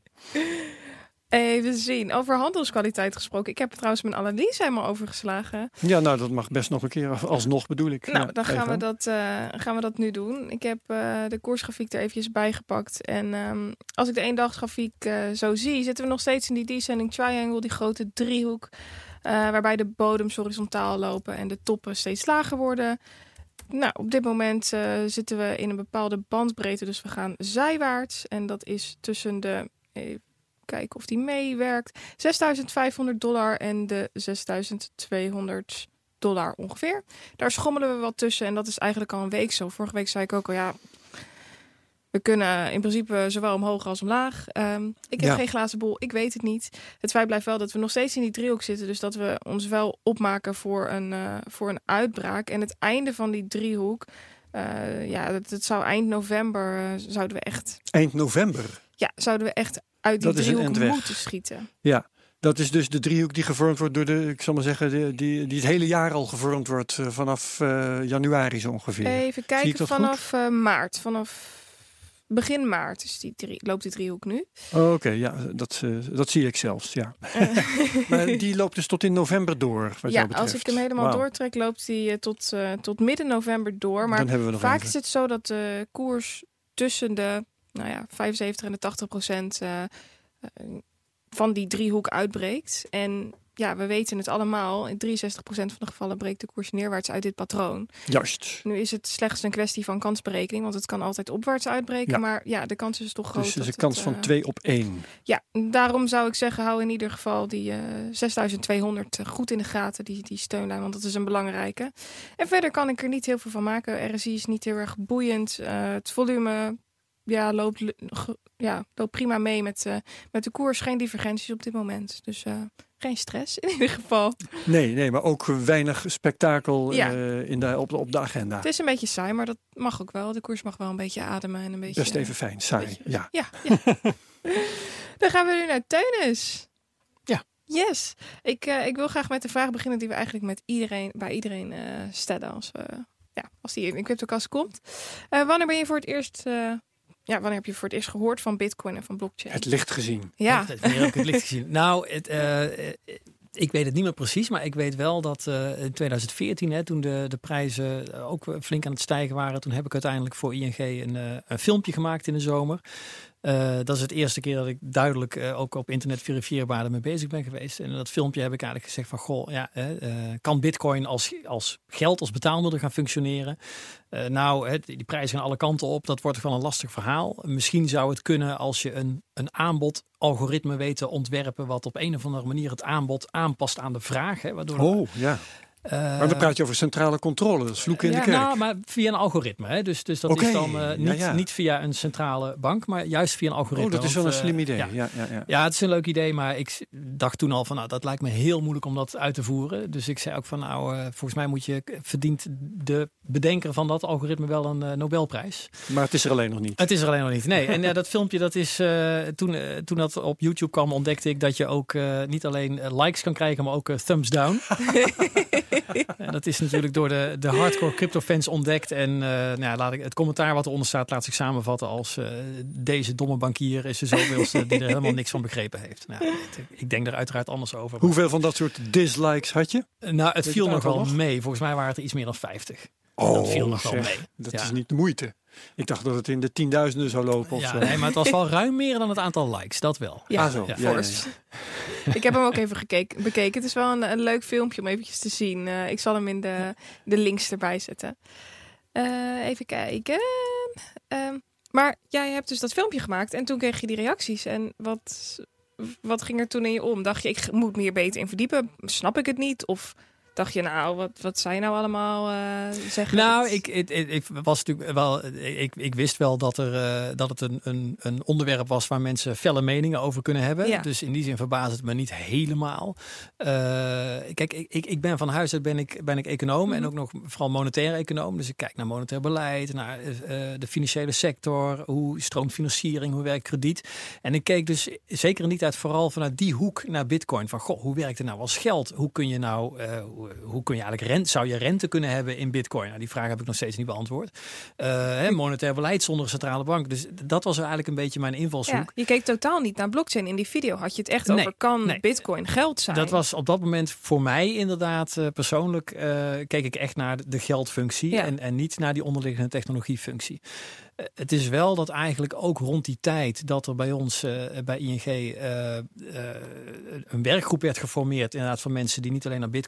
Even zien. Over handelskwaliteit gesproken. Ik heb trouwens mijn analyse helemaal overgeslagen. Ja, nou, dat mag best nog een keer. Alsnog bedoel ik. Nou, ja, dan gaan we, dat, uh, gaan we dat nu doen. Ik heb uh, de koersgrafiek er eventjes bij gepakt. En um, als ik de eendagsgrafiek uh, zo zie, zitten we nog steeds in die descending triangle, die grote driehoek, uh, waarbij de bodems horizontaal lopen en de toppen steeds lager worden. Nou, op dit moment uh, zitten we in een bepaalde bandbreedte, dus we gaan zijwaarts. En dat is tussen de Even kijken of die meewerkt. zesduizend vijfhonderd dollar en de zesduizend tweehonderd dollar ongeveer. Daar schommelen we wat tussen en dat is eigenlijk al een week zo. Vorige week zei ik ook al, ja, we kunnen in principe zowel omhoog als omlaag. Um, ik heb ja. geen glazen bol, ik weet het niet. Het feit blijft wel dat we nog steeds in die driehoek zitten. Dus dat we ons wel opmaken voor een, uh, voor een uitbraak. En het einde van die driehoek, uh, ja, het, het zou eind november, uh, zouden we echt... Eind november? Ja, zouden we echt uit die dat driehoek moeten schieten. Ja. Dat is dus de driehoek die gevormd wordt door de, ik zal maar zeggen, die, die, die het hele jaar al gevormd wordt uh, vanaf uh, januari zo ongeveer. Even kijken, vanaf uh, maart, vanaf begin maart is die drie, loopt die driehoek nu. Oh, Oké, okay, ja, dat, uh, dat zie ik zelfs, ja. Maar die loopt dus tot in november door, wat ja, jou betreft. Als ik hem helemaal wow. doortrek, loopt die uh, tot, uh, tot midden november door. Maar Dan hebben we nog vaak even. is het zo dat de koers tussen de nou ja, vijfenzeventig en de tachtig procent uh, uh, van die driehoek uitbreekt. En ja, we weten het allemaal. In drieënzestig procent van de gevallen breekt de koers neerwaarts uit dit patroon. Juist. Nu is het slechts een kwestie van kansberekening, want het kan altijd opwaarts uitbreken. Ja. Maar ja, de kans is toch groot. Dus het is een dat kans het, van uh, twee op één. Ja, daarom zou ik zeggen, hou in ieder geval die uh, zesduizend tweehonderd goed in de gaten, die, die steunlijn, want dat is een belangrijke. En verder kan ik er niet heel veel van maken. R S I is niet heel erg boeiend. Uh, het volume ja, loopt, ja, loopt prima mee met, uh, met de koers. Geen divergenties op dit moment. Dus uh, geen stress in ieder geval. Nee, nee, maar ook weinig spektakel ja. uh, in de, op, de, op de agenda. Het is een beetje saai, maar dat mag ook wel. De koers mag wel een beetje ademen en een beetje... Best even fijn, saai, beetje, ja. ja, ja. Dan gaan we nu naar Teunis. Ja. Yes. Ik, uh, ik wil graag met de vraag beginnen die we eigenlijk met iedereen, bij iedereen uh, stellen als, we, ja, als die in CryptoCast komt. Uh, wanneer ben je voor het eerst... Uh, Ja, wanneer heb je voor het eerst gehoord van Bitcoin en van blockchain? Het licht gezien. Ja. Wanneer heb ik het licht gezien? Nou, het, uh, ik weet het niet meer precies, maar ik weet wel dat uh, in twintig veertien, hè, toen de, de prijzen ook flink aan het stijgen waren, toen heb ik uiteindelijk voor I N G een, uh, een filmpje gemaakt in de zomer. Uh, dat is het eerste keer dat ik duidelijk uh, ook op internet verifieerbaar ermee bezig ben geweest. En in dat filmpje heb ik eigenlijk gezegd van, goh, ja, uh, kan Bitcoin als, als geld, als betaalmiddel gaan functioneren? Uh, nou, uh, die prijzen gaan alle kanten op. Dat wordt toch wel een lastig verhaal. Misschien zou het kunnen als je een, een aanbod-algoritme weet te ontwerpen, wat op een of andere manier het aanbod aanpast aan de vraag. Hè, waardoor oh, ja. Uh, maar dan praat je over centrale controle, dat is vloeken in ja, de kerk. Nou, maar via een algoritme. Hè? Dus, dus dat okay. is dan uh, niet, ja, ja. niet via een centrale bank, maar juist via een algoritme. Oh, dat is wel want, een slim idee. Uh, ja. Ja, ja, ja. ja, het is een leuk idee, maar ik dacht toen al van, nou, dat lijkt me heel moeilijk om dat uit te voeren. Dus ik zei ook van, nou, uh, volgens mij moet je, verdient de bedenker van dat algoritme wel een uh, Nobelprijs. Maar het is er alleen nog niet. Het is er alleen nog niet, nee. En ja, dat filmpje, dat is, uh, toen, uh, toen dat op YouTube kwam, ontdekte ik dat je ook uh, niet alleen uh, likes kan krijgen, maar ook uh, thumbs down. En dat is natuurlijk door de, de hardcore crypto-fans ontdekt. En uh, nou ja, laat ik, het commentaar wat eronder staat, laat zich samenvatten als uh, deze domme bankier is er zoveelste die er helemaal niks van begrepen heeft. Nou, ik denk er uiteraard anders over. Hoeveel van dat soort dislikes had je? Nou, het Weet viel het nog wel nog? mee. Volgens mij waren het er iets meer dan vijftig. Oh, dat viel nog zeg, wel mee. Dat ja. is niet de moeite. Ik dacht dat het in de tienduizenden zou lopen. Of ja, zo. Nee, maar het was wel ruim meer dan het aantal likes. Dat wel. Ja, ah, zo. Ja, ja, ja, ja. Ik heb hem ook even gekeken, bekeken. Het is wel een, een leuk filmpje om eventjes te zien. Uh, ik zal hem in de, de links erbij zetten. Uh, even kijken. Uh, maar jij hebt dus dat filmpje gemaakt en toen kreeg je die reacties. En wat, wat ging er toen in je om? Dacht je, ik moet me hier beter in verdiepen? Snap ik het niet? Of dacht je, nou, wat, wat zij nou allemaal uh, zeggen? Nou, ik, ik, ik was natuurlijk wel. Ik, ik wist wel dat er uh, dat het een, een, een onderwerp was waar mensen felle meningen over kunnen hebben. Ja. Dus in die zin verbaast het me niet helemaal. Uh, kijk, ik, ik, ik ben van huis uit ben ik, ben ik econoom mm-hmm. en ook nog vooral monetair econoom. Dus ik kijk naar monetair beleid, naar uh, de financiële sector, hoe stroomt financiering, hoe werkt krediet. En ik keek dus zeker niet uit vooral vanuit die hoek naar Bitcoin. Van goh, hoe werkt het nou als geld? Hoe kun je nou uh, hoe kun je eigenlijk rente, zou je rente kunnen hebben in Bitcoin? Nou, die vraag heb ik nog steeds niet beantwoord. Uh, hè, monetair beleid zonder een centrale bank. Dus dat was eigenlijk een beetje mijn invalshoek. Ja, je keek totaal niet naar blockchain. In die video had je het echt nee, over, kan nee. Bitcoin geld zijn? Dat was op dat moment voor mij inderdaad uh, persoonlijk uh, keek ik echt naar de geldfunctie ja. en, en niet naar die onderliggende technologiefunctie. Uh, het is wel dat eigenlijk ook rond die tijd dat er bij ons uh, bij I N G uh, uh, een werkgroep werd geformeerd, inderdaad van mensen die niet alleen naar Bitcoin, maar juist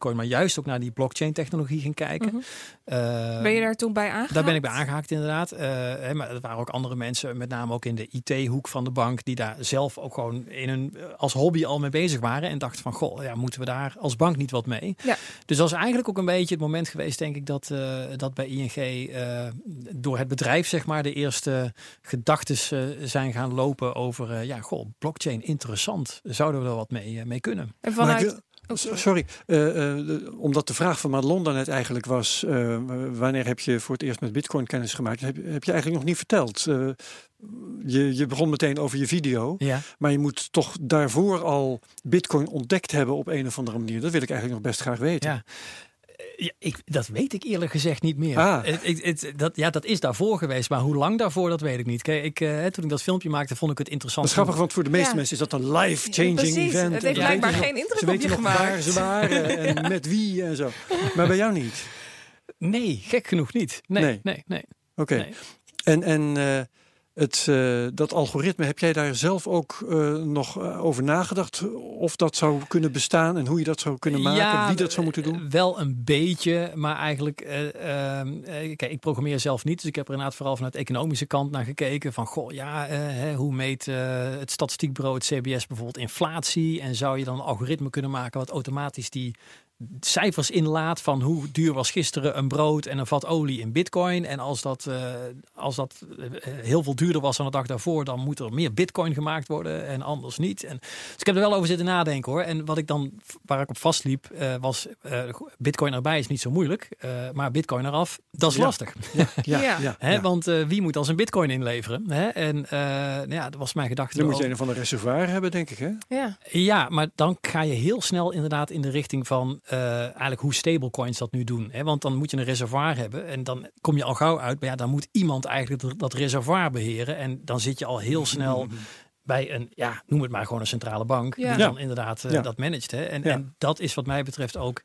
juist ook naar die blockchain technologie gaan kijken. Mm-hmm. Uh, ben je daar toen bij aangehaakt? Daar ben ik bij aangehaakt inderdaad. Uh, hè, maar er waren ook andere mensen, met name ook in de I T-hoek van de bank, die daar zelf ook gewoon in een, als hobby al mee bezig waren. En dachten van, goh, ja, moeten we daar als bank niet wat mee? Ja. Dus dat is eigenlijk ook een beetje het moment geweest, denk ik, dat, uh, dat bij I N G uh, door het bedrijf, zeg maar, de eerste gedachtes uh, zijn gaan lopen over, uh, ja, goh, blockchain, interessant. Zouden we er wat mee, uh, mee kunnen? En vanuit... Oh, sorry, uh, uh, omdat de vraag van Madelon daarnet eigenlijk was, uh, wanneer heb je voor het eerst met Bitcoin kennis gemaakt? Heb, heb je eigenlijk nog niet verteld. Uh, je, je begon meteen over je video, ja. maar je moet toch daarvoor al Bitcoin ontdekt hebben op een of andere manier. Dat wil ik eigenlijk nog best graag weten. Ja. Ja, ik, dat weet ik eerlijk gezegd niet meer. Ah. Het, het, het, dat, ja, dat is daarvoor geweest, maar hoe lang daarvoor, dat weet ik niet. Kijk, ik, uh, toen ik dat filmpje maakte, vond ik het interessant. Dat is grappig, want voor de meeste ja. mensen is dat een life-changing ja, event. Het heeft ja. blijkbaar geen indruk ze op je weten nog gemaakt. waar ze waren en met wie en zo. Maar bij jou niet? Nee, gek genoeg niet. Nee, nee, nee. nee. Oké. Okay. Nee. En... en uh, Het, uh, dat algoritme, heb jij daar zelf ook uh, nog uh, over nagedacht? Of dat zou kunnen bestaan en hoe je dat zou kunnen maken? Ja, wie dat zou moeten doen? Wel een beetje, maar eigenlijk... Uh, uh, kijk, ik programmeer zelf niet. Dus ik heb er inderdaad vooral vanuit de economische kant naar gekeken. Van, goh, ja, uh, hè, hoe meet uh, het statistiekbureau, het C B S bijvoorbeeld inflatie? En zou je dan een algoritme kunnen maken wat automatisch die cijfers inlaat van hoe duur was gisteren een brood en een vat olie in bitcoin. En als dat, uh, als dat uh, heel veel duurder was dan de dag daarvoor, dan moet er meer bitcoin gemaakt worden en anders niet. En, dus ik heb er wel over zitten nadenken hoor. En wat ik dan, waar ik op vastliep, uh, was uh, bitcoin erbij is niet zo moeilijk. Uh, maar bitcoin eraf, dat is ja. lastig. Ja, ja, ja. ja, Hè, ja. Want uh, wie moet als een bitcoin inleveren? Hè? En uh, nou ja, dat was mijn gedachte. Dan moet je een van de reservoir hebben, denk ik. Hè? Ja. ja, maar dan ga je heel snel inderdaad in de richting van Uh, eigenlijk hoe stablecoins dat nu doen. Hè? Want dan moet je een reservoir hebben en dan kom je al gauw uit. Maar ja, dan moet iemand eigenlijk dat reservoir beheren. En dan zit je al heel snel mm-hmm. bij een, ja, noem het maar gewoon een centrale bank. Ja. Die dan inderdaad uh, ja. dat managt. Hè? En, ja. en dat is wat mij betreft ook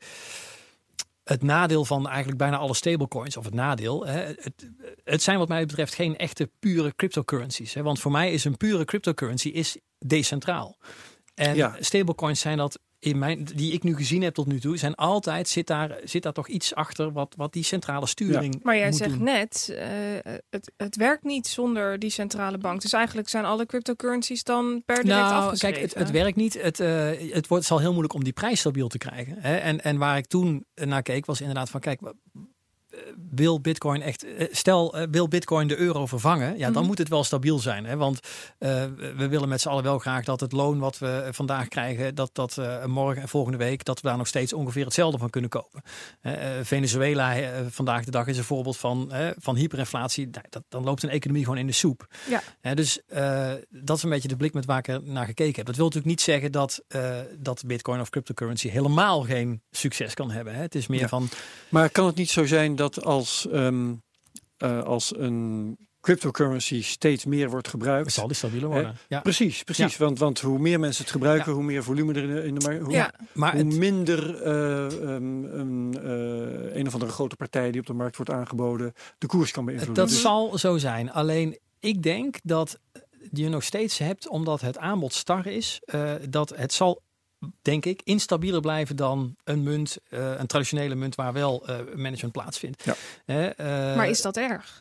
het nadeel van eigenlijk bijna alle stablecoins. Of het nadeel. Hè? Het, het zijn wat mij betreft geen echte pure cryptocurrencies. Hè? Want voor mij is een pure cryptocurrency is decentraal. En ja. stablecoins zijn dat in mijn, die ik nu gezien heb tot nu toe, zijn altijd, zit daar, zit daar toch iets achter wat, wat die centrale sturing ja. Maar jij moet zegt doen. net, uh, het, het werkt niet zonder die centrale bank. Dus eigenlijk zijn alle cryptocurrencies dan per direct nou, afgeschreven. Kijk, het, het werkt niet. Het, uh, het, wordt, het zal heel moeilijk om die prijs stabiel te krijgen. Hè? En, en waar ik toen naar keek was inderdaad van, kijk, wil Bitcoin echt, stel, wil Bitcoin de euro vervangen, ja, dan mm-hmm. moet het wel stabiel zijn. Hè? Want uh, we willen met z'n allen wel graag dat het loon wat we vandaag krijgen, dat dat uh, morgen en volgende week, dat we daar nog steeds ongeveer hetzelfde van kunnen kopen. Uh, Venezuela uh, vandaag de dag is een voorbeeld van, uh, van hyperinflatie. Dat, dan loopt een economie gewoon in de soep. Ja. Uh, dus uh, dat is een beetje de blik met waar ik er naar gekeken heb. Dat wil natuurlijk niet zeggen dat, uh, dat Bitcoin of cryptocurrency helemaal geen succes kan hebben. Hè? Het is meer ja. van. Maar kan het niet zo zijn dat dat als, um, uh, als een cryptocurrency steeds meer wordt gebruikt, zal die stabieler worden. Eh, ja. Precies, precies. Ja. Want, want hoe meer mensen het gebruiken, ja. hoe meer volume er in de markt, hoe, ja. maar hoe het, minder uh, um, um, uh, een of andere grote partij die op de markt wordt aangeboden de koers kan beïnvloeden. Dat dus. zal zo zijn. Alleen ik denk dat je nog steeds hebt, omdat het aanbod star is, uh, dat het zal, denk ik, instabieler blijven dan een munt, uh, een traditionele munt waar wel uh, management plaatsvindt. Ja. Uh, uh, maar is dat erg?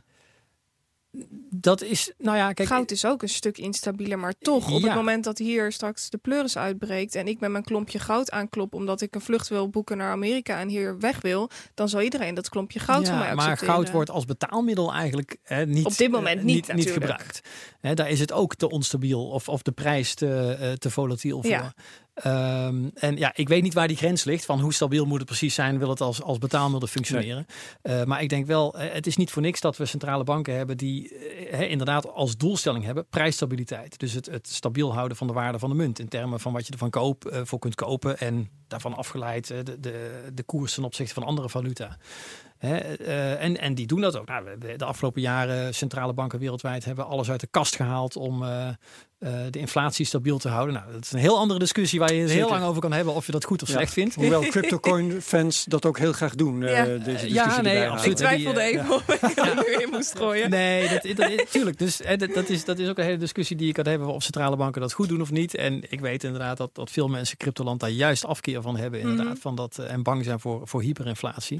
Dat is, nou ja, kijk, goud is ook een stuk instabieler, maar toch, op ja. het moment dat hier straks de pleuris uitbreekt en ik met mijn klompje goud aanklop omdat ik een vlucht wil boeken naar Amerika en hier weg wil, dan zal iedereen dat klompje goud ja, van mij accepteren. Maar goud wordt als betaalmiddel eigenlijk hè, niet, op dit moment uh, niet, niet, niet gebruikt. Hè, daar is het ook te onstabiel of, of de prijs te, uh, te volatiel voor. Ja. Um, en ja, ik weet niet waar die grens ligt van hoe stabiel moet het precies zijn, wil het als, als betaalmiddel functioneren. Nee. Uh, maar ik denk wel, het is niet voor niks dat we centrale banken hebben die uh, inderdaad als doelstelling hebben prijsstabiliteit. Dus het, het stabiel houden van de waarde van de munt in termen van wat je ervan koop, uh, voor kunt kopen en daarvan afgeleid uh, de, de, de koers ten opzichte van andere valuta. He, uh, en, en die doen dat ook. Nou, de afgelopen jaren centrale banken wereldwijd hebben alles uit de kast gehaald om, uh, uh, de inflatie stabiel te houden. Nou, dat is een heel andere discussie waar je het heel lang over kan hebben of je dat goed of slecht ja. vindt. Hoewel CryptoCoin-fans dat ook heel graag doen. Ja, uh, deze discussie ja nee, absoluut. Ik twijfelde die, uh, even of ik er nu in moest gooien. Nee, dat, dat, dat, tuurlijk. Dus hè, dat, dat, is, dat is ook een hele discussie die je kan hebben of centrale banken dat goed doen of niet. En ik weet inderdaad dat, dat veel mensen cryptoland daar juist afkeer van hebben. Inderdaad, mm-hmm. van dat, uh, en bang zijn voor, voor hyperinflatie.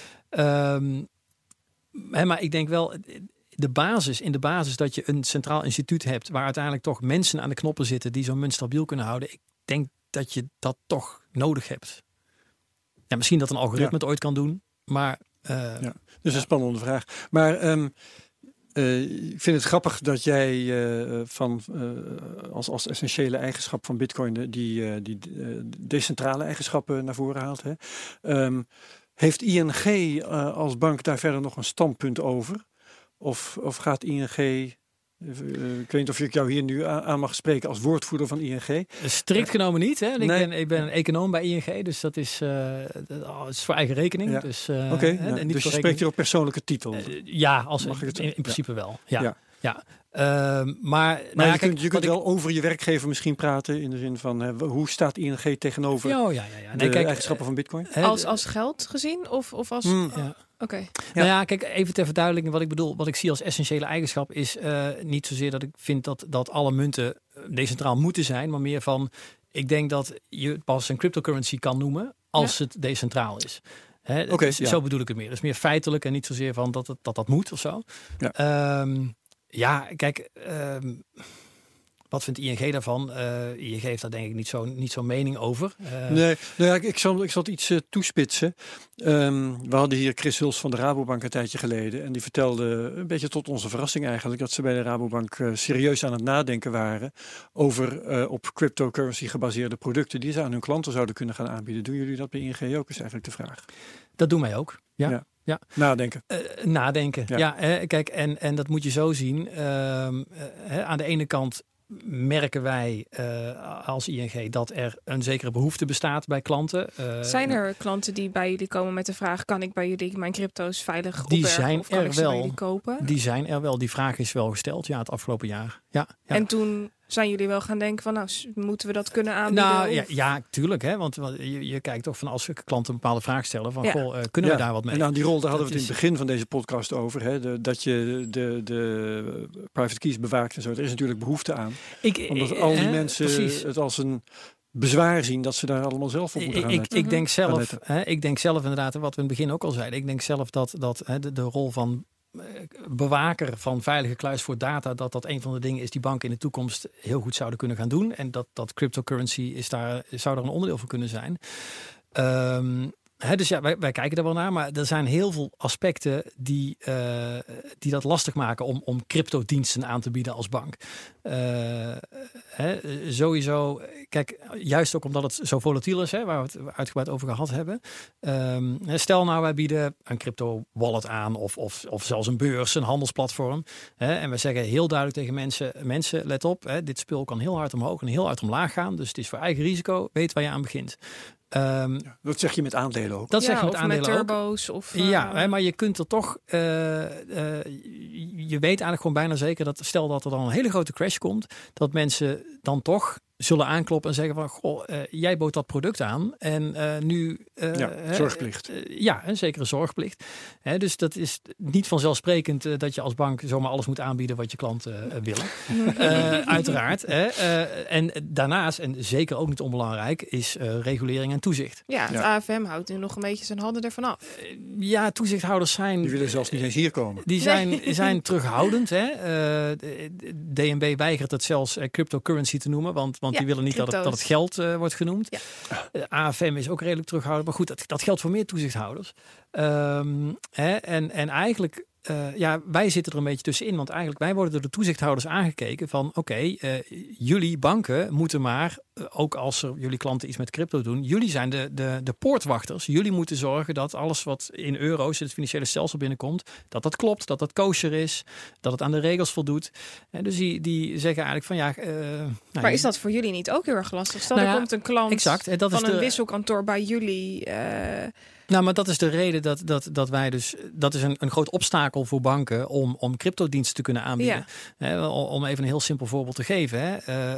Um, hè, maar ik denk wel, de basis, in de basis dat je een centraal instituut hebt waar uiteindelijk toch mensen aan de knoppen zitten die zo'n munt stabiel kunnen houden. Ik denk dat je dat toch nodig hebt. Ja, misschien dat een algoritme ja. het ooit kan doen, maar... Uh, ja, dus ja. een spannende vraag. Maar um, uh, ik vind het grappig dat jij uh, van uh, als, als essentiële eigenschap van Bitcoin de, die, uh, die uh, decentrale eigenschappen naar voren haalt. Hè. Um, heeft I N G uh, als bank daar verder nog een standpunt over? Of, of gaat I N G... Uh, ik weet niet of ik jou hier nu aan mag spreken als woordvoerder van I N G. Strikt genomen niet. Hè? Ik, nee. ben, ik ben een econoom bij I N G, dus dat is, uh, dat is voor eigen rekening. Ja. Dus, uh, Oké, okay, ja. dus je spreekt hier op persoonlijke titel? Uh, ja, als, mag in, het, in, in principe ja. wel. Ja. ja. ja. Uh, maar maar nou je ja, kunt, je kunt ik, wel over je werkgever misschien praten in de zin van uh, hoe staat I N G tegenover ja, ja, ja, ja. Nee, de kijk, eigenschappen van Bitcoin? Uh, als, als geld gezien of, of als... Hmm. Ja. Oké. Okay. Ja. Nou ja, kijk, even ter verduidelijking wat ik bedoel. Wat ik zie als essentiële eigenschap is uh, niet zozeer dat ik vind dat, dat alle munten decentraal moeten zijn, maar meer van, ik denk dat je pas een cryptocurrency kan noemen als ja. het decentraal is. Hè, okay, dus, ja. Zo bedoel ik het meer. Dus meer feitelijk en niet zozeer van dat het, dat, dat moet of zo. Ja, um, ja kijk... Um, Wat vindt I N G daarvan? Uh, I N G heeft daar denk ik niet zo'n niet zo'n mening over. Uh, nee, nou ja, ik, ik, zal, ik zal het iets uh, toespitsen. Um, we hadden hier Chris Huls van de Rabobank een tijdje geleden. En die vertelde, een beetje tot onze verrassing eigenlijk, dat ze bij de Rabobank uh, serieus aan het nadenken waren over uh, op cryptocurrency gebaseerde producten die ze aan hun klanten zouden kunnen gaan aanbieden. Doen jullie dat bij I N G ook, is eigenlijk de vraag. Dat doen wij ook, ja. ja. Ja. Nadenken. Uh, nadenken, ja. ja hè, kijk, en, en dat moet je zo zien. Uh, uh, hè, aan de ene kant merken wij uh, als I N G dat er een zekere behoefte bestaat bij klanten. Uh, zijn er klanten die bij jullie komen met de vraag, kan ik bij jullie mijn crypto's veilig die opbergen zijn of kan er ik ze wel, bij jullie kopen? Die zijn er wel. Die vraag is wel gesteld, ja, het afgelopen jaar. Ja, ja. En toen zijn jullie wel gaan denken van, nou, moeten we dat kunnen aanbieden? Nou, ja, ja, tuurlijk, hè, want je, je kijkt toch van als klanten een bepaalde vraag stellen van, ja. goh, uh, kunnen ja. we daar wat mee? En aan die rol, daar hadden we het in het begin van deze podcast over, hè, de, dat je de, de private keys bewaakt en zo. Er is natuurlijk behoefte aan. Ik, Omdat al die eh, mensen precies. het als een bezwaar zien dat ze daar allemaal zelf op moeten gaan ik, letten. Ik, ik, denk zelf, hè, ik denk zelf inderdaad, wat we in het begin ook al zeiden, ik denk zelf dat, dat hè, de, de rol van bewaker van veilige kluis voor data, dat dat een van de dingen is die banken in de toekomst heel goed zouden kunnen gaan doen. En dat, dat cryptocurrency is daar, zou daar een onderdeel van kunnen zijn. Um, He, dus ja, wij, wij kijken er wel naar, maar er zijn heel veel aspecten die, uh, die dat lastig maken om, om cryptodiensten aan te bieden als bank. Uh, he, sowieso, kijk, juist ook omdat het zo volatiel is, hè, waar we het uitgebreid over gehad hebben. Um, stel nou, wij bieden een crypto wallet aan of, of, of zelfs een beurs, een handelsplatform. Hè, en we zeggen heel duidelijk tegen mensen, mensen let op, hè, dit spul kan heel hard omhoog en heel hard omlaag gaan. Dus het is voor eigen risico, weet waar je aan begint. Um, ja, dat zeg je met aandelen ook. Dat ja, zeg je met of aandelen met turbo's ook. Of, uh, ja, hè, maar je kunt er toch... Uh, uh, je weet eigenlijk gewoon bijna zeker dat stel dat er dan een hele grote crash komt, dat mensen dan toch zullen aankloppen en zeggen van, goh, uh, jij bood dat product aan en uh, nu... Uh, ja, zorgplicht. Uh, uh, ja, een zekere zorgplicht. Hè, dus dat is niet vanzelfsprekend uh, dat je als bank zomaar alles moet aanbieden wat je klanten uh, willen. uh, uiteraard. Hè, uh, en daarnaast, en zeker ook niet onbelangrijk, is uh, regulering en toezicht. Ja, het ja. A F M houdt nu nog een beetje zijn handen ervan af. Uh, ja, toezichthouders zijn... Die willen zelfs niet eens hier komen. Die zijn, nee. zijn terughoudend. Hè. Uh, D N B weigert het zelfs uh, cryptocurrency te noemen, want, want ja, die willen niet dat het, dat het geld uh, wordt genoemd. Ja. Uh, A F M is ook redelijk terughoudend. Maar goed, dat, dat geldt voor meer toezichthouders. Um, hè, en, en eigenlijk, uh, ja, wij zitten er een beetje tussenin. Want eigenlijk, wij worden door de toezichthouders aangekeken van, oké, okay, uh, jullie banken moeten maar, uh, ook als er jullie klanten iets met crypto doen, jullie zijn de, de, de poortwachters. Jullie moeten zorgen dat alles wat in euro's in het financiële stelsel binnenkomt, dat dat klopt, dat dat kosher is, dat het aan de regels voldoet. En dus die, die zeggen eigenlijk van, ja... Uh, nou, maar is dat voor jullie niet ook heel erg lastig? Stel, nou ja, er komt een klant exact, dat van is een de... wisselkantoor bij jullie... Uh, Nou, maar dat is de reden dat, dat, dat wij dus... Dat is een, een groot obstakel voor banken om, om cryptodiensten te kunnen aanbieden. Ja. He, om even een heel simpel voorbeeld te geven. Hè.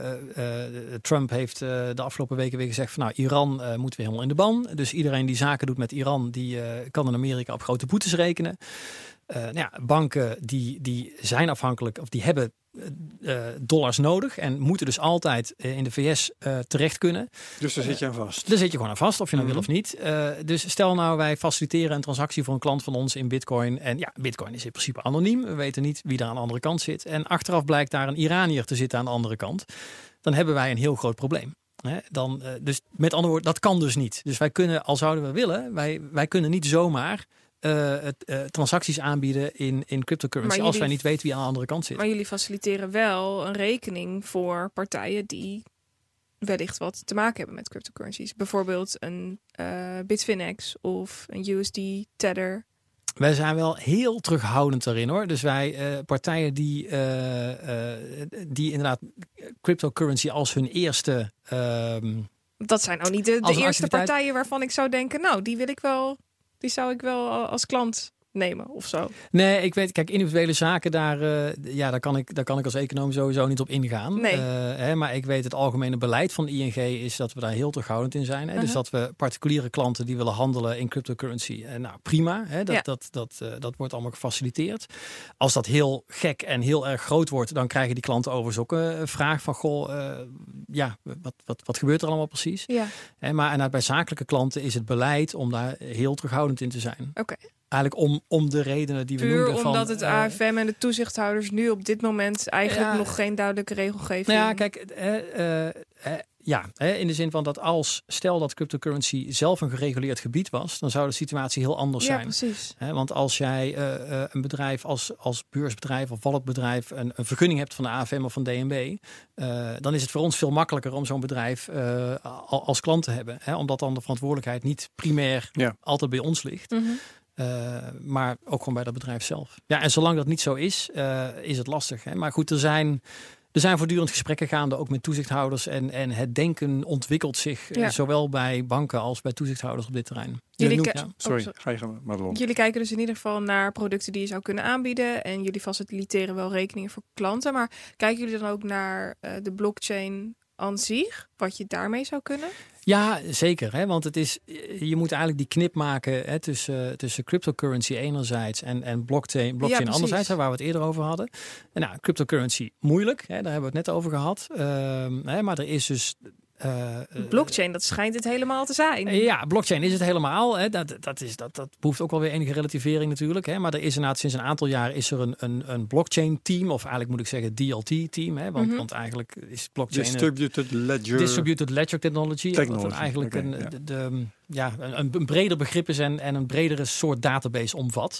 Uh, uh, Trump heeft uh, de afgelopen weken weer gezegd van nou, Iran uh, moeten we helemaal in de ban. Dus iedereen die zaken doet met Iran, die uh, kan in Amerika op grote boetes rekenen. Uh, nou ja, banken die, die zijn afhankelijk, of die hebben uh, dollars nodig en moeten dus altijd uh, in de V S uh, terecht kunnen. Dus daar zit je aan vast. Daar zit je gewoon aan vast, of je nou mm-hmm. wil of niet. Uh, dus stel nou, wij faciliteren een transactie voor een klant van ons in Bitcoin. En ja, Bitcoin is in principe anoniem. We weten niet wie daar aan de andere kant zit. En achteraf blijkt daar een Iranier te zitten aan de andere kant. Dan hebben wij een heel groot probleem. He, dan, uh, dus met andere woorden, dat kan dus niet. Dus wij kunnen, al zouden we willen, wij, wij kunnen niet zomaar Uh, uh, transacties aanbieden in, in cryptocurrency jullie, als wij niet weten wie aan de andere kant zit. Maar jullie faciliteren wel een rekening voor partijen die wellicht wat te maken hebben met cryptocurrencies. Bijvoorbeeld een uh, Bitfinex of een U S D Tether. Wij zijn wel heel terughoudend daarin hoor. Dus wij uh, partijen die, uh, uh, die inderdaad cryptocurrency als hun eerste... Uh, dat zijn nou niet de, de eerste activiteit... partijen waarvan ik zou denken, nou die wil ik wel... Die zou ik wel als klant nemen of zo. Nee, ik weet, kijk, individuele zaken, daar, uh, ja, daar, kan ik, daar kan ik als econoom sowieso niet op ingaan. Nee. Uh, hè, maar ik weet het algemene beleid van de I N G is dat we daar heel terughoudend in zijn. Hè? Uh-huh. Dus dat we particuliere klanten die willen handelen in cryptocurrency, uh, nou prima, hè? Dat, ja. dat, dat, uh, dat wordt allemaal gefaciliteerd. Als dat heel gek en heel erg groot wordt, dan krijgen die klanten overigens ook een uh, vraag van, goh, uh, ja, wat, wat, wat gebeurt er allemaal precies? Ja. Hè, maar en bij zakelijke klanten is het beleid om daar heel terughoudend in te zijn. Oké. Okay. Eigenlijk om, om de redenen die we Puur noemden. Puur omdat van, het A F M en de toezichthouders nu op dit moment eigenlijk ja, nog geen duidelijke regelgeving... Nou ja, kijk, eh, eh, eh, ja, eh, in de zin van dat als, stel dat cryptocurrency zelf een gereguleerd gebied was, dan zou de situatie heel anders ja, zijn. Precies. Eh, want als jij uh, uh, een bedrijf als, als beursbedrijf of walletbedrijf een, een vergunning hebt van de A F M of van D N B, uh, dan is het voor ons veel makkelijker om zo'n bedrijf uh, als klant te hebben. Hè, omdat dan de verantwoordelijkheid niet primair ja. altijd bij ons ligt. Mm-hmm. Uh, maar ook gewoon bij dat bedrijf zelf. Ja, en zolang dat niet zo is, uh, is het lastig. Hè? Maar goed, er zijn, er zijn voortdurend gesprekken gaande, ook met toezichthouders. En, en het denken ontwikkelt zich, ja. uh, zowel bij banken als bij toezichthouders op dit terrein. Jullie noemt, ke- ja. Sorry, oh, sorry. ga je gaan, Madelon. Jullie kijken dus in ieder geval naar producten die je zou kunnen aanbieden. En jullie faciliteren wel rekeningen voor klanten. Maar kijken jullie dan ook naar uh, de blockchain aan zich? Wat je daarmee zou kunnen? Ja, zeker. Hè? Want het is, je moet eigenlijk die knip maken hè, tussen, tussen cryptocurrency enerzijds en, en blockchain, blockchain ja, anderzijds, hè, waar we het eerder over hadden. En nou, cryptocurrency moeilijk, hè, daar hebben we het net over gehad. Uh, hè, maar er is dus... Uh, blockchain, dat schijnt het helemaal te zijn. Uh, ja, blockchain is het helemaal. Hè. Dat, dat, is, dat, dat behoeft ook wel weer enige relativering natuurlijk. Hè. Maar er is inderdaad sinds een aantal jaar is er een, een, een blockchain team. Of eigenlijk moet ik zeggen D L T team. Hè. Want, mm-hmm. want eigenlijk is blockchain... Distributed Ledger... Distributed Ledger Technology. Technology. Wat eigenlijk okay, een, ja. de, de, ja, een, een breder begrip is en, en een bredere soort database omvat.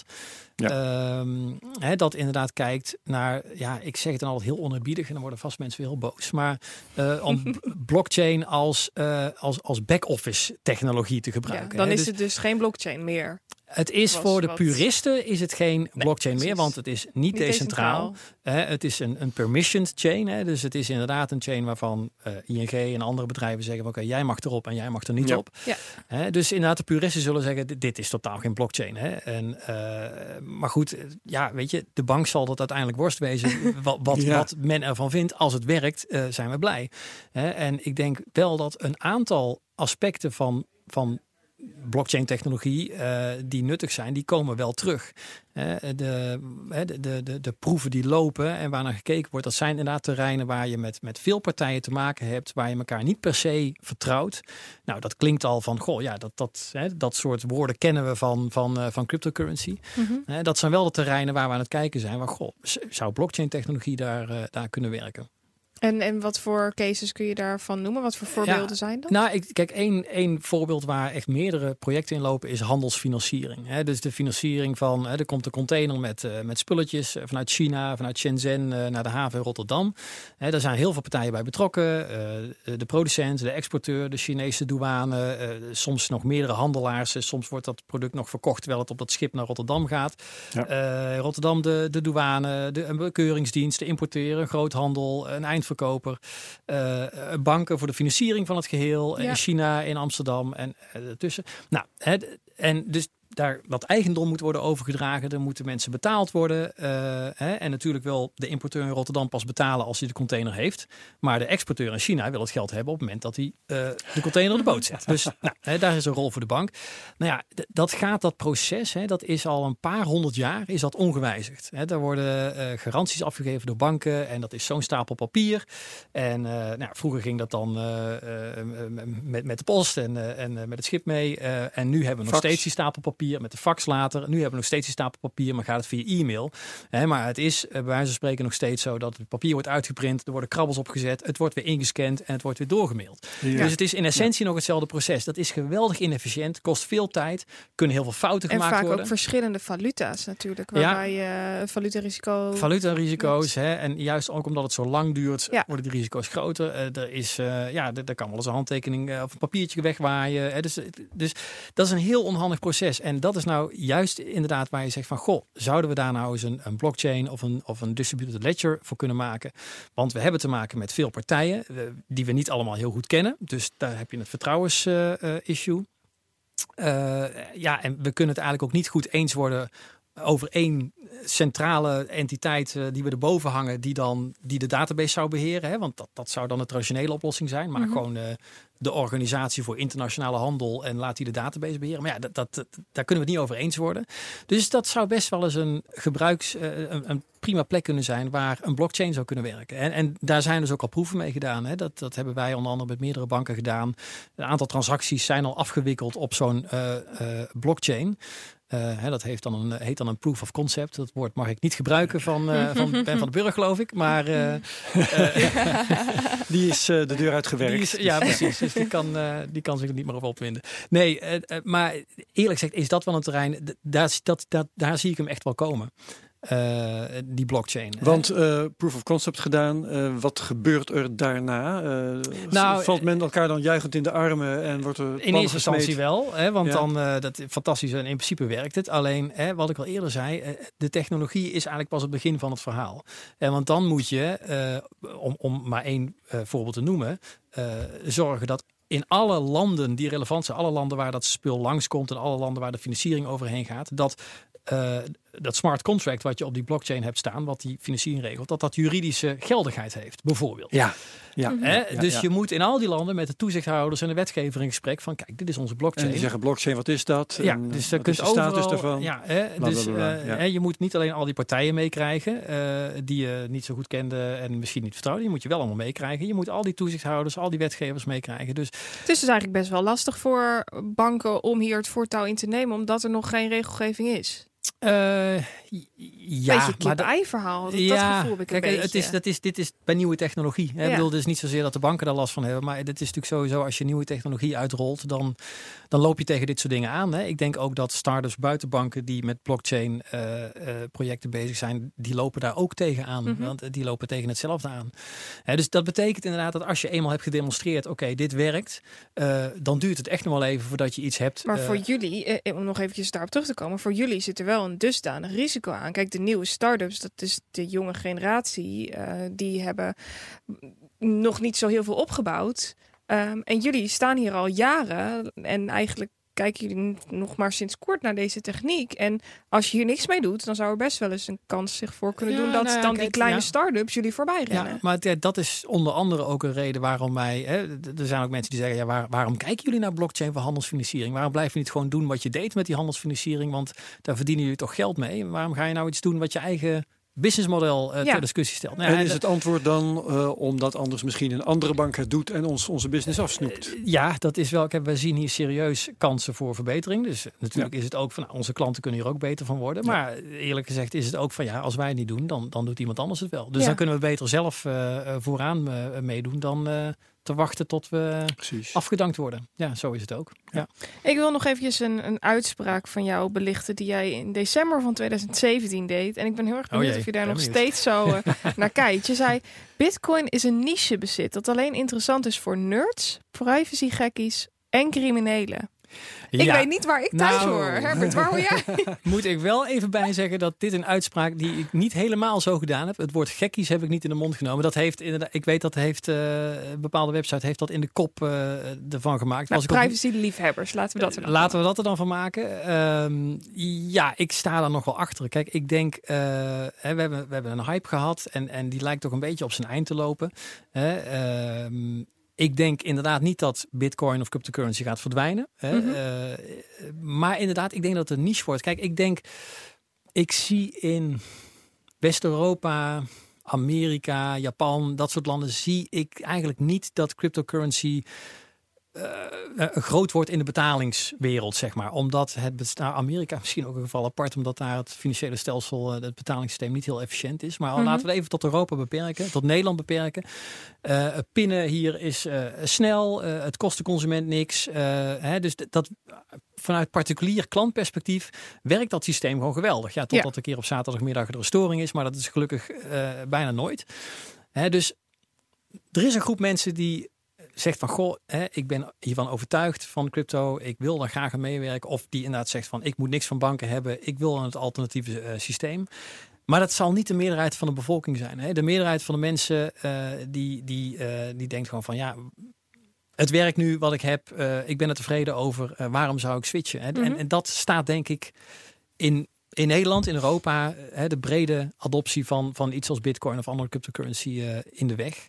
Ja. Um, hè, dat inderdaad kijkt naar... Ja, ik zeg het dan altijd heel onerbiedig. En dan worden vast mensen weer heel boos. Maar uh, om blockchain als, uh, als, als back-office technologie te gebruiken. Ja, dan hè. is dus, het dus geen blockchain meer. Het is was voor de wat... puristen is het geen blockchain nee, meer, want het is niet, niet decentraal. decentraal. Uh, het is een, een permissioned chain. Hè, dus het is inderdaad een chain waarvan uh, I N G en andere bedrijven zeggen... oké, okay, jij mag erop en jij mag er niet ja. op. Ja. Uh, dus inderdaad, de puristen zullen zeggen... dit, dit is totaal geen blockchain. Hè. En, uh, maar goed, ja, weet je, de bank zal dat uiteindelijk worst wezen... wat, wat, ja. wat men ervan vindt. Als het werkt, uh, zijn we blij. Hè. En ik denk wel dat een aantal aspecten van... van blockchain technologie uh, die nuttig zijn, die komen wel terug. Uh, de, de, de, de, de proeven die lopen en waar naar gekeken wordt, dat zijn inderdaad terreinen waar je met, met veel partijen te maken hebt, waar je elkaar niet per se vertrouwt. Nou, dat klinkt al van, goh, ja, dat, dat, hè, dat soort woorden kennen we van, van, uh, van cryptocurrency. Mm-hmm. Uh, dat zijn wel de terreinen waar we aan het kijken zijn, waar, goh, zou blockchain technologie daar, uh, daar kunnen werken? En, en wat voor cases kun je daarvan noemen? Wat voor voorbeelden ja, zijn dat? Nou, ik, kijk, één, één voorbeeld waar echt meerdere projecten in lopen is handelsfinanciering. Hè. Dus de financiering van, hè, er komt een container met, uh, met spulletjes vanuit China, vanuit Shenzhen uh, naar de haven in Rotterdam. Hè, daar zijn heel veel partijen bij betrokken. Uh, de producent, de exporteur, de Chinese douane, uh, soms nog meerdere handelaars. Soms wordt dat product nog verkocht terwijl het op dat schip naar Rotterdam gaat. Ja. Uh, Rotterdam de, de douane, de een bekeuringsdienst, de importeur, een groothandel, een eind verkoper, uh, banken voor de financiering van het geheel, ja. in China, in Amsterdam en uh, ertussen. Nou, het, en dus daar dat eigendom moet worden overgedragen. Er moeten mensen betaald worden. Uh, hè, en natuurlijk wil de importeur in Rotterdam pas betalen als hij de container heeft. Maar de exporteur in China wil het geld hebben op het moment dat hij uh, de container op de boot zet. Dus nou, hè, daar is een rol voor de bank. Nou ja, d- dat gaat dat proces, hè, dat is al een paar honderd jaar, is dat ongewijzigd. Hè, daar worden uh, garanties afgegeven door banken en dat is zo'n stapel papier. En uh, nou, vroeger ging dat dan uh, uh, met, met de post en, uh, en uh, met het schip mee. Uh, en nu hebben we nog Fax. steeds die stapel papier met de fax later. Nu hebben we nog steeds die stapel papier, maar gaat het via e-mail. Hè, maar het is uh, bij wijze van spreken nog steeds zo dat het papier wordt uitgeprint, er worden krabbels opgezet, het wordt weer ingescand en het wordt weer doorgemaild. Ja. Dus het is in essentie ja. nog hetzelfde proces. Dat is geweldig inefficiënt, kost veel tijd, kunnen heel veel fouten En gemaakt vaak worden. ook verschillende valuta's natuurlijk, waarbij je ja. valutarisico... Valutarisico's, hè, en juist ook omdat het zo lang duurt, Ja. worden die risico's groter. Uh, er is, uh, ja, er, er kan wel eens een handtekening uh, of een papiertje wegwaaien. Hè, dus, dus dat is een heel onhandig proces. En dat is nou juist inderdaad waar je zegt van, goh, zouden we daar nou eens een, een blockchain of een, of een distributed ledger voor kunnen maken? Want we hebben te maken met veel partijen uh, die we niet allemaal heel goed kennen. Dus daar heb je het vertrouwens-issue. Uh, uh, ja, en we kunnen het eigenlijk ook niet goed eens worden over één centrale entiteit uh, die we erboven hangen, die dan die de database zou beheren. Hè? Want dat, dat zou dan een traditionele oplossing zijn. Maar mm-hmm. gewoon uh, de organisatie voor internationale handel en laat die de database beheren. Maar ja, dat, dat, dat, daar kunnen we het niet over eens worden. Dus dat zou best wel eens een gebruiks, uh, een, een prima plek kunnen zijn waar een blockchain zou kunnen werken. En, en daar zijn dus ook al proeven mee gedaan. Hè? Dat, dat hebben wij onder andere met meerdere banken gedaan. Een aantal transacties zijn al afgewikkeld op zo'n uh, uh, blockchain. Uh, hè, dat heeft dan een, heet dan een proof of concept. Dat woord mag ik niet gebruiken van, uh, van Ben van den Burg, geloof ik. Maar uh, uh, die is uh, de deur uitgewerkt. Die is, ja, precies. Dus die kan, uh, die kan zich er niet meer over opwinden. Nee, uh, uh, maar eerlijk gezegd is dat wel een terrein. Daar, dat, dat, daar zie ik hem echt wel komen. Uh, die blockchain. Want uh, proof of concept gedaan, uh, wat gebeurt er daarna? Uh, nou, valt men elkaar dan juichend in de armen en wordt er in eerste instantie wel, hè, want ja. dan uh, dat fantastisch en in principe werkt het. Alleen, hè, wat ik al eerder zei, uh, de technologie is eigenlijk pas het begin van het verhaal. En want dan moet je, uh, om, om maar één uh, voorbeeld te noemen, uh, zorgen dat in alle landen die relevant zijn, alle landen waar dat spul langskomt en alle landen waar de financiering overheen gaat, dat Uh, dat smart contract wat je op die blockchain hebt staan, wat die financiering regelt, dat dat juridische geldigheid heeft, bijvoorbeeld. Ja. Ja. Mm-hmm. Hè? Ja, dus ja. je moet in al die landen met de toezichthouders en de wetgever in gesprek van, kijk, dit is onze blockchain. En die zeggen blockchain, wat is dat? Ja, en dus daar wat is kunt de status overal, daarvan? Ja, hè? Dus Blablabla, uh, ja. hè, je moet niet alleen al die partijen meekrijgen uh, die je niet zo goed kende en misschien niet vertrouwde. Die moet je wel allemaal meekrijgen. Je moet al die toezichthouders, al die wetgevers meekrijgen. Dus het is dus eigenlijk best wel lastig voor banken om hier het voortouw in te nemen, omdat er nog geen regelgeving is. Uh, ja, beetje kip-ei verhaal. Dat, ja, dat gevoel heb ik kijk, een beetje. Het is, dat is, dit is bij nieuwe technologie. Hè? Ja. Ik bedoel, het is niet zozeer dat de banken daar last van hebben. Maar het is natuurlijk sowieso, als je nieuwe technologie uitrolt, dan, dan loop je tegen dit soort dingen aan. Hè? Ik denk ook dat startups buiten banken die met blockchain uh, uh, projecten bezig zijn, die lopen daar ook tegen aan. Mm-hmm. Want die lopen tegen hetzelfde aan. Hè, dus dat betekent inderdaad dat als je eenmaal hebt gedemonstreerd, oké, okay, dit werkt, uh, dan duurt het echt nog wel even voordat je iets hebt. Maar uh, voor jullie, uh, om nog eventjes daarop terug te komen, voor jullie zit er wel een dusdanig risico aan. Kijk, de nieuwe start-ups, dat is de jonge generatie, uh, die hebben nog niet zo heel veel opgebouwd. Um, en jullie staan hier al jaren en eigenlijk kijken jullie nog maar sinds kort naar deze techniek. En als je hier niks mee doet, dan zou er best wel eens een kans zich voor kunnen ja, doen dat nou ja, dan kijk, die kleine ja. start-ups jullie voorbij rennen. Ja, maar ja, dat is onder andere ook een reden waarom wij, hè, er zijn ook mensen die zeggen, ja, waar, waarom kijken jullie naar blockchain voor handelsfinanciering? Waarom blijf je niet gewoon doen wat je deed met die handelsfinanciering? Want daar verdienen jullie toch geld mee. Waarom ga je nou iets doen wat je eigen businessmodel uh, ja. ter discussie stelt? Nou, en is het antwoord dan uh, omdat anders misschien een andere bank het doet en ons onze business afsnoept? Uh, ja, dat is wel. Kijk, wij zien hier serieus kansen voor verbetering. Dus natuurlijk ja. is het ook van, nou, onze klanten kunnen hier ook beter van worden. Ja. Maar eerlijk gezegd is het ook van, ja, als wij het niet doen, dan, dan doet iemand anders het wel. Dus ja. dan kunnen we beter zelf uh, vooraan uh, meedoen dan uh, te wachten tot we Precies. afgedankt worden. Ja, zo is het ook. Ja. Ja. Ik wil nog eventjes een, een uitspraak van jou belichten die jij in december van twintig zeventien deed. En ik ben heel erg benieuwd oh of je daar nog benieuwd. steeds zo uh, naar kijkt. Je zei, Bitcoin is een niche bezit dat alleen interessant is voor nerds, privacygekkies en criminelen. Ik Ja. weet niet waar ik thuis Nou. hoor. Herbert, waar hoor jij? Moet ik wel even bij zeggen dat dit een uitspraak die ik niet helemaal zo gedaan heb. Het woord gekkies heb ik niet in de mond genomen. Dat heeft inderdaad, ik weet dat heeft uh, een bepaalde website heeft dat in de kop uh, ervan gemaakt. Nou, Was ik privacy-liefhebbers, laten we dat er dan Laten we dat er dan van maken. Um, ja, ik sta daar nog wel achter. Kijk, ik denk, uh, hè, we, hebben, we hebben een hype gehad en, en die lijkt toch een beetje op zijn eind te lopen. Hè, um, Ik denk inderdaad niet dat Bitcoin of cryptocurrency gaat verdwijnen. Hè? Mm-hmm. Uh, maar inderdaad, ik denk dat het een niche wordt. Kijk, ik denk, ik zie in West-Europa, Amerika, Japan, dat soort landen, zie ik eigenlijk niet dat cryptocurrency Uh, uh, groot wordt in de betalingswereld, zeg maar. Omdat het bestaan, Amerika misschien ook een geval apart, omdat daar het financiële stelsel, uh, het betalingssysteem niet heel efficiënt is. Maar mm-hmm. laten we het even tot Europa beperken, tot Nederland beperken. Uh, pinnen hier is uh, snel, uh, het kost de consument niks. Uh, hè, dus d- dat vanuit particulier klantperspectief werkt dat systeem gewoon geweldig. Ja, totdat ja. een keer op zaterdagmiddag er een storing is, maar dat is gelukkig uh, bijna nooit. Hè, dus er is een groep mensen die zegt van, goh, hè, ik ben hiervan overtuigd van crypto. Ik wil daar graag aan meewerken. Of die inderdaad zegt van, ik moet niks van banken hebben. Ik wil aan het alternatieve uh, systeem. Maar dat zal niet de meerderheid van de bevolking zijn. Hè. De meerderheid van de mensen uh, die, die, uh, die denkt gewoon van, ja, het werkt nu wat ik heb. Uh, ik ben er tevreden over. Uh, waarom zou ik switchen? Hè? Mm-hmm. En, en dat staat denk ik in... In Nederland, in Europa, hè, de brede adoptie van, van iets als Bitcoin of andere cryptocurrency uh, in de weg.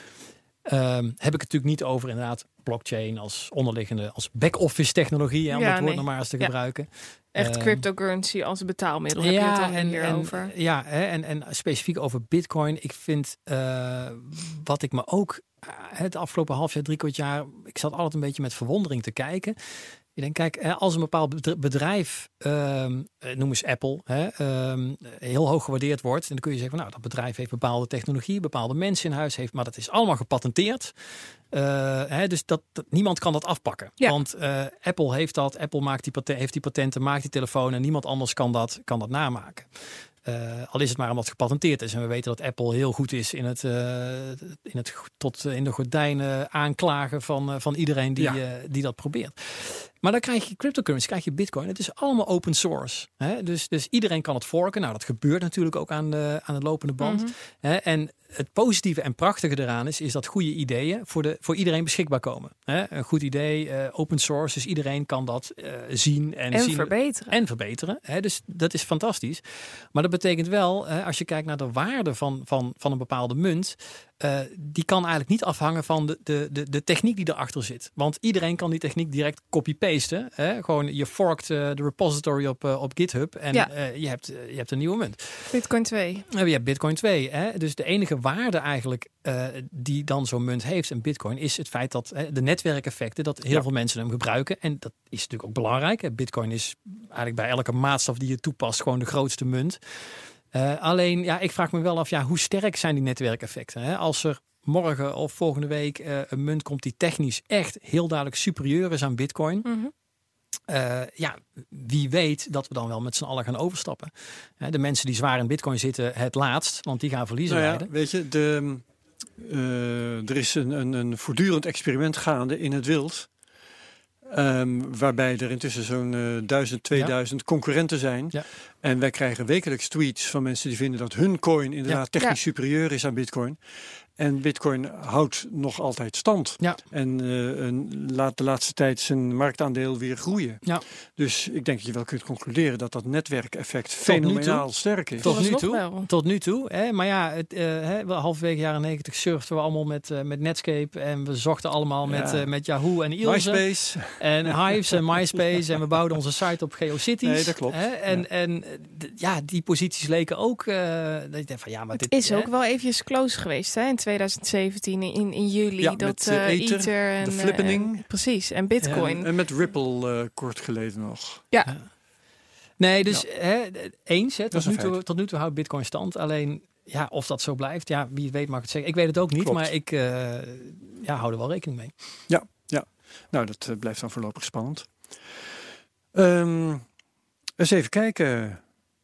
Um, heb ik het natuurlijk niet over inderdaad blockchain als onderliggende, als back-office technologie, hè, om ja, het woord nee. nog maar eens te ja. gebruiken. Echt um, cryptocurrency als betaalmiddel, heb ja, je het al en, hierover? En, ja, hè, en, en specifiek over Bitcoin. Ik vind, uh, wat ik me ook het afgelopen half jaar, drie kwart jaar, ik zat altijd een beetje met verwondering te kijken. Je denkt, kijk, als een bepaald bedrijf, um, noem eens Apple, hè, um, heel hoog gewaardeerd wordt, en dan kun je zeggen, nou, dat bedrijf heeft bepaalde technologie, bepaalde mensen in huis heeft, maar dat is allemaal gepatenteerd. Uh, hè, dus dat, dat, niemand kan dat afpakken. Ja. Want uh, Apple heeft dat, Apple maakt die paten, heeft die patenten, maakt die telefoon en niemand anders kan dat, kan dat namaken. Uh, al is het maar omdat het gepatenteerd is. En we weten dat Apple heel goed is in het, uh, in het tot in de gordijnen aanklagen van, uh, van iedereen die, ja. uh, die dat probeert. Maar dan krijg je cryptocurrency, krijg je Bitcoin. Het is allemaal open source. Hè? Dus, dus iedereen kan het forken. Nou, dat gebeurt natuurlijk ook aan de, aan de lopende band. Mm-hmm. Hè? En het positieve en prachtige eraan is, is dat goede ideeën voor, de, voor iedereen beschikbaar komen. Hè? Een goed idee, uh, open source, dus iedereen kan dat uh, zien en, en zien verbeteren. En verbeteren. Hè? Dus dat is fantastisch. Maar dat betekent wel, uh, als je kijkt naar de waarde van, van, van een bepaalde munt, Uh, die kan eigenlijk niet afhangen van de, de, de, de techniek die erachter zit. Want iedereen kan die techniek direct copy-pasten. Hè? Gewoon je forkt uh, de repository op, uh, op GitHub en ja. uh, je, hebt, uh, je hebt een nieuwe munt. Bitcoin twee. Uh, je hebt Bitcoin twee. Hè? Dus de enige waarde eigenlijk uh, die dan zo'n munt heeft in Bitcoin is het feit dat uh, de netwerkeffecten, dat heel ja. veel mensen hem gebruiken. En dat is natuurlijk ook belangrijk. Hè? Bitcoin is eigenlijk bij elke maatstaf die je toepast gewoon de grootste munt. Uh, alleen, ja, ik vraag me wel af, ja, hoe sterk zijn die netwerkeffecten? Hè? Als er morgen of volgende week uh, een munt komt die technisch echt heel duidelijk superieur is aan Bitcoin. Mm-hmm. Uh, ja, wie weet dat we dan wel met z'n allen gaan overstappen. Uh, de mensen die zwaar in Bitcoin zitten het laatst, want die gaan verliezen nou ja, rijden. Weet je, de, uh, er is een, een, een voortdurend experiment gaande in het wild. Um, waarbij er intussen zo'n uh, duizend, tweeduizend ja. concurrenten zijn. Ja. En wij krijgen wekelijks tweets van mensen die vinden dat hun coin inderdaad ja. technisch ja. superieur is aan Bitcoin. En Bitcoin houdt nog altijd stand. Ja. En uh, laat de laatste tijd zijn marktaandeel weer groeien. Ja. Dus ik denk dat je wel kunt concluderen dat dat netwerkeffect tot fenomenaal sterk is. Tot nu toe. Tot nu toe. Hè? Maar ja, het, uh, hè, halverwege jaren negentig surften we allemaal met, uh, met Netscape. En we zochten allemaal met, ja. uh, met Yahoo en Ilse. MySpace. En Hives en MySpace. En we bouwden onze site op GeoCities. Nee, dat klopt. Hè? En, ja. en d- ja, die posities leken ook... Uh, dat je denkt van, ja, maar het dit is hè? ook wel eventjes close geweest, hè? In twintig zeventien, in, in juli. Ja, dat met uh, Ether, Ether en, de flippening. Uh, precies, en Bitcoin. En, en met Ripple uh, kort geleden nog. Ja. ja. Nee, dus ja. hè, eens. Hè, tot, nu toe, tot nu toe houdt Bitcoin stand. Alleen, ja, of dat zo blijft, ja, wie het weet mag het zeggen. Ik weet het ook niet, Klopt. maar ik uh, ja, hou er wel rekening mee. Ja, ja. Nou, dat uh, blijft dan voorlopig spannend. Um, eens even kijken...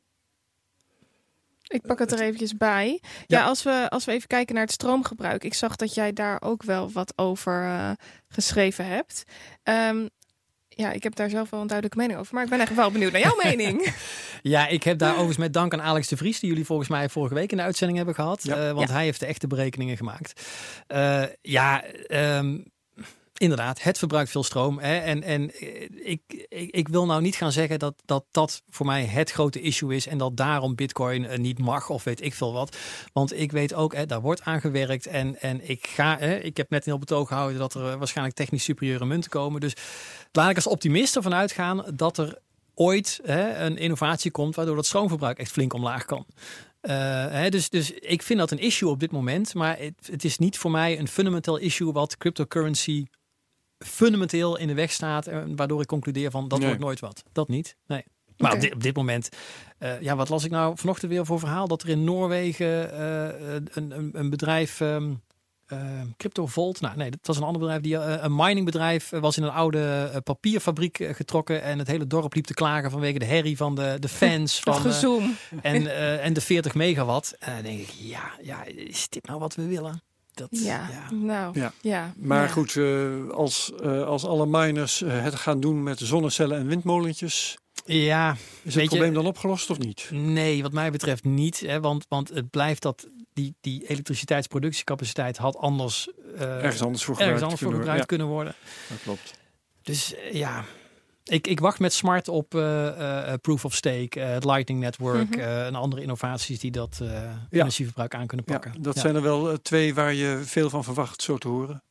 Ik pak het er eventjes bij. Ja, ja als, we, als we even kijken naar het stroomgebruik. Ik zag dat jij daar ook wel wat over uh, geschreven hebt. Um, Ja, ik heb daar zelf wel een duidelijke mening over. Maar ik ben echt wel benieuwd naar jouw mening. Ja, ik heb daar overigens met dank aan Alex de Vries, die jullie volgens mij vorige week in de uitzending hebben gehad. Ja. Uh, want Ja. hij heeft de echte berekeningen gemaakt. Uh, ja, um, inderdaad, het verbruikt veel stroom. Hè? En, en ik, ik, ik wil nou niet gaan zeggen dat, dat dat voor mij het grote issue is en dat daarom Bitcoin uh, niet mag of weet ik veel wat. Want ik weet ook, hè, daar wordt aan gewerkt en, en ik ga, hè, ik heb net een heel betoog gehouden dat er uh, waarschijnlijk technisch superieure munten komen. Dus laat ik als optimist ervan uitgaan dat er ooit hè, een innovatie komt waardoor dat stroomverbruik echt flink omlaag kan. Uh, hè, dus, dus ik vind dat een issue op dit moment, maar het, het is niet voor mij een fundamenteel issue wat cryptocurrency fundamenteel in de weg staat, waardoor ik concludeer van dat nee. wordt nooit wat. Dat niet. Nee. Maar Okay. op, dit, op dit moment, uh, ja, wat las ik nou vanochtend weer voor verhaal? Dat er in Noorwegen uh, een, een, een bedrijf, um, uh, CryptoVolt, nou nee, dat was een ander bedrijf, die uh, een miningbedrijf was in een oude uh, papierfabriek uh, getrokken en het hele dorp liep te klagen vanwege de herrie van de, de fans. Dat van, gezoom. Uh, en, uh, en de veertig megawatt. En dan denk ik, ja, ja, is dit nou wat we willen? Dat, Ja, ja. nou, ja. Ja. Maar ja. goed, uh, als, uh, als alle miners uh, het gaan doen met zonnecellen en windmolentjes, ja, is het probleem je, dan opgelost of niet? Nee, wat mij betreft niet. Hè, want, want het blijft dat die, die elektriciteitsproductiecapaciteit had anders uh, ergens anders voor gebruikt, ergens anders voor gebruikt ja. kunnen worden. Dat klopt. Dus uh, ja, ik, ik wacht met smart op uh, uh, Proof of Stake, uh, het Lightning Network mm-hmm. uh, en andere innovaties die dat uh, ja. energieverbruik aan kunnen pakken. Ja, dat ja. zijn er wel uh, twee waar je veel van verwacht, zo te horen.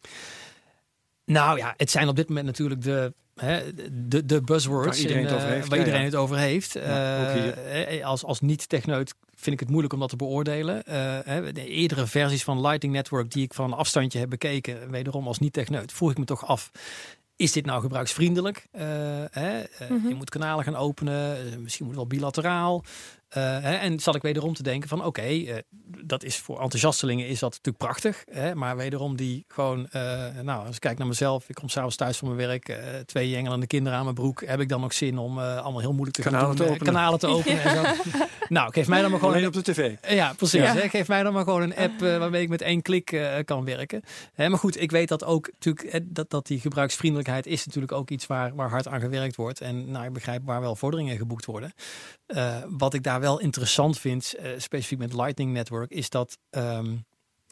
Nou ja, het zijn op dit moment natuurlijk de, hè, de, de buzzwords waar iedereen, in, uh, het, over heeft, waar ja, iedereen ja. het over heeft. Ja, uh, als als niet-techneut vind ik het moeilijk om dat te beoordelen. Uh, de eerdere versies van Lightning Network die ik van een afstandje heb bekeken, wederom als niet-techneut, vroeg ik me toch af, is dit nou gebruiksvriendelijk? Uh, hè? Uh, mm-hmm. Je moet kanalen gaan openen, uh, misschien moet het wel bilateraal. Uh, hè? En zat ik wederom te denken van oké, okay, uh, dat is voor enthousiastelingen is dat natuurlijk prachtig. Hè? Maar wederom die gewoon, uh, nou als ik kijk naar mezelf, ik kom s'avonds thuis van mijn werk, uh, twee jengelende kinderen aan mijn broek. Heb ik dan ook zin om uh, allemaal heel moeilijk te kanalen gaan te doen, openen. kanalen te openen en zo. Nou, geef mij dan maar gewoon alleen op de tv. Ja, precies. Ja. Hè? Geef mij dan maar gewoon een app uh, waarmee ik met één klik uh, kan werken. Hè? Maar goed, ik weet dat ook natuurlijk hè, dat, dat die gebruiksvriendelijkheid is natuurlijk ook iets waar, waar hard aan gewerkt wordt. En nou, ik begrijp waar wel vorderingen geboekt worden. Uh, wat ik daar wel interessant vind, uh, specifiek met Lightning Network, is dat um,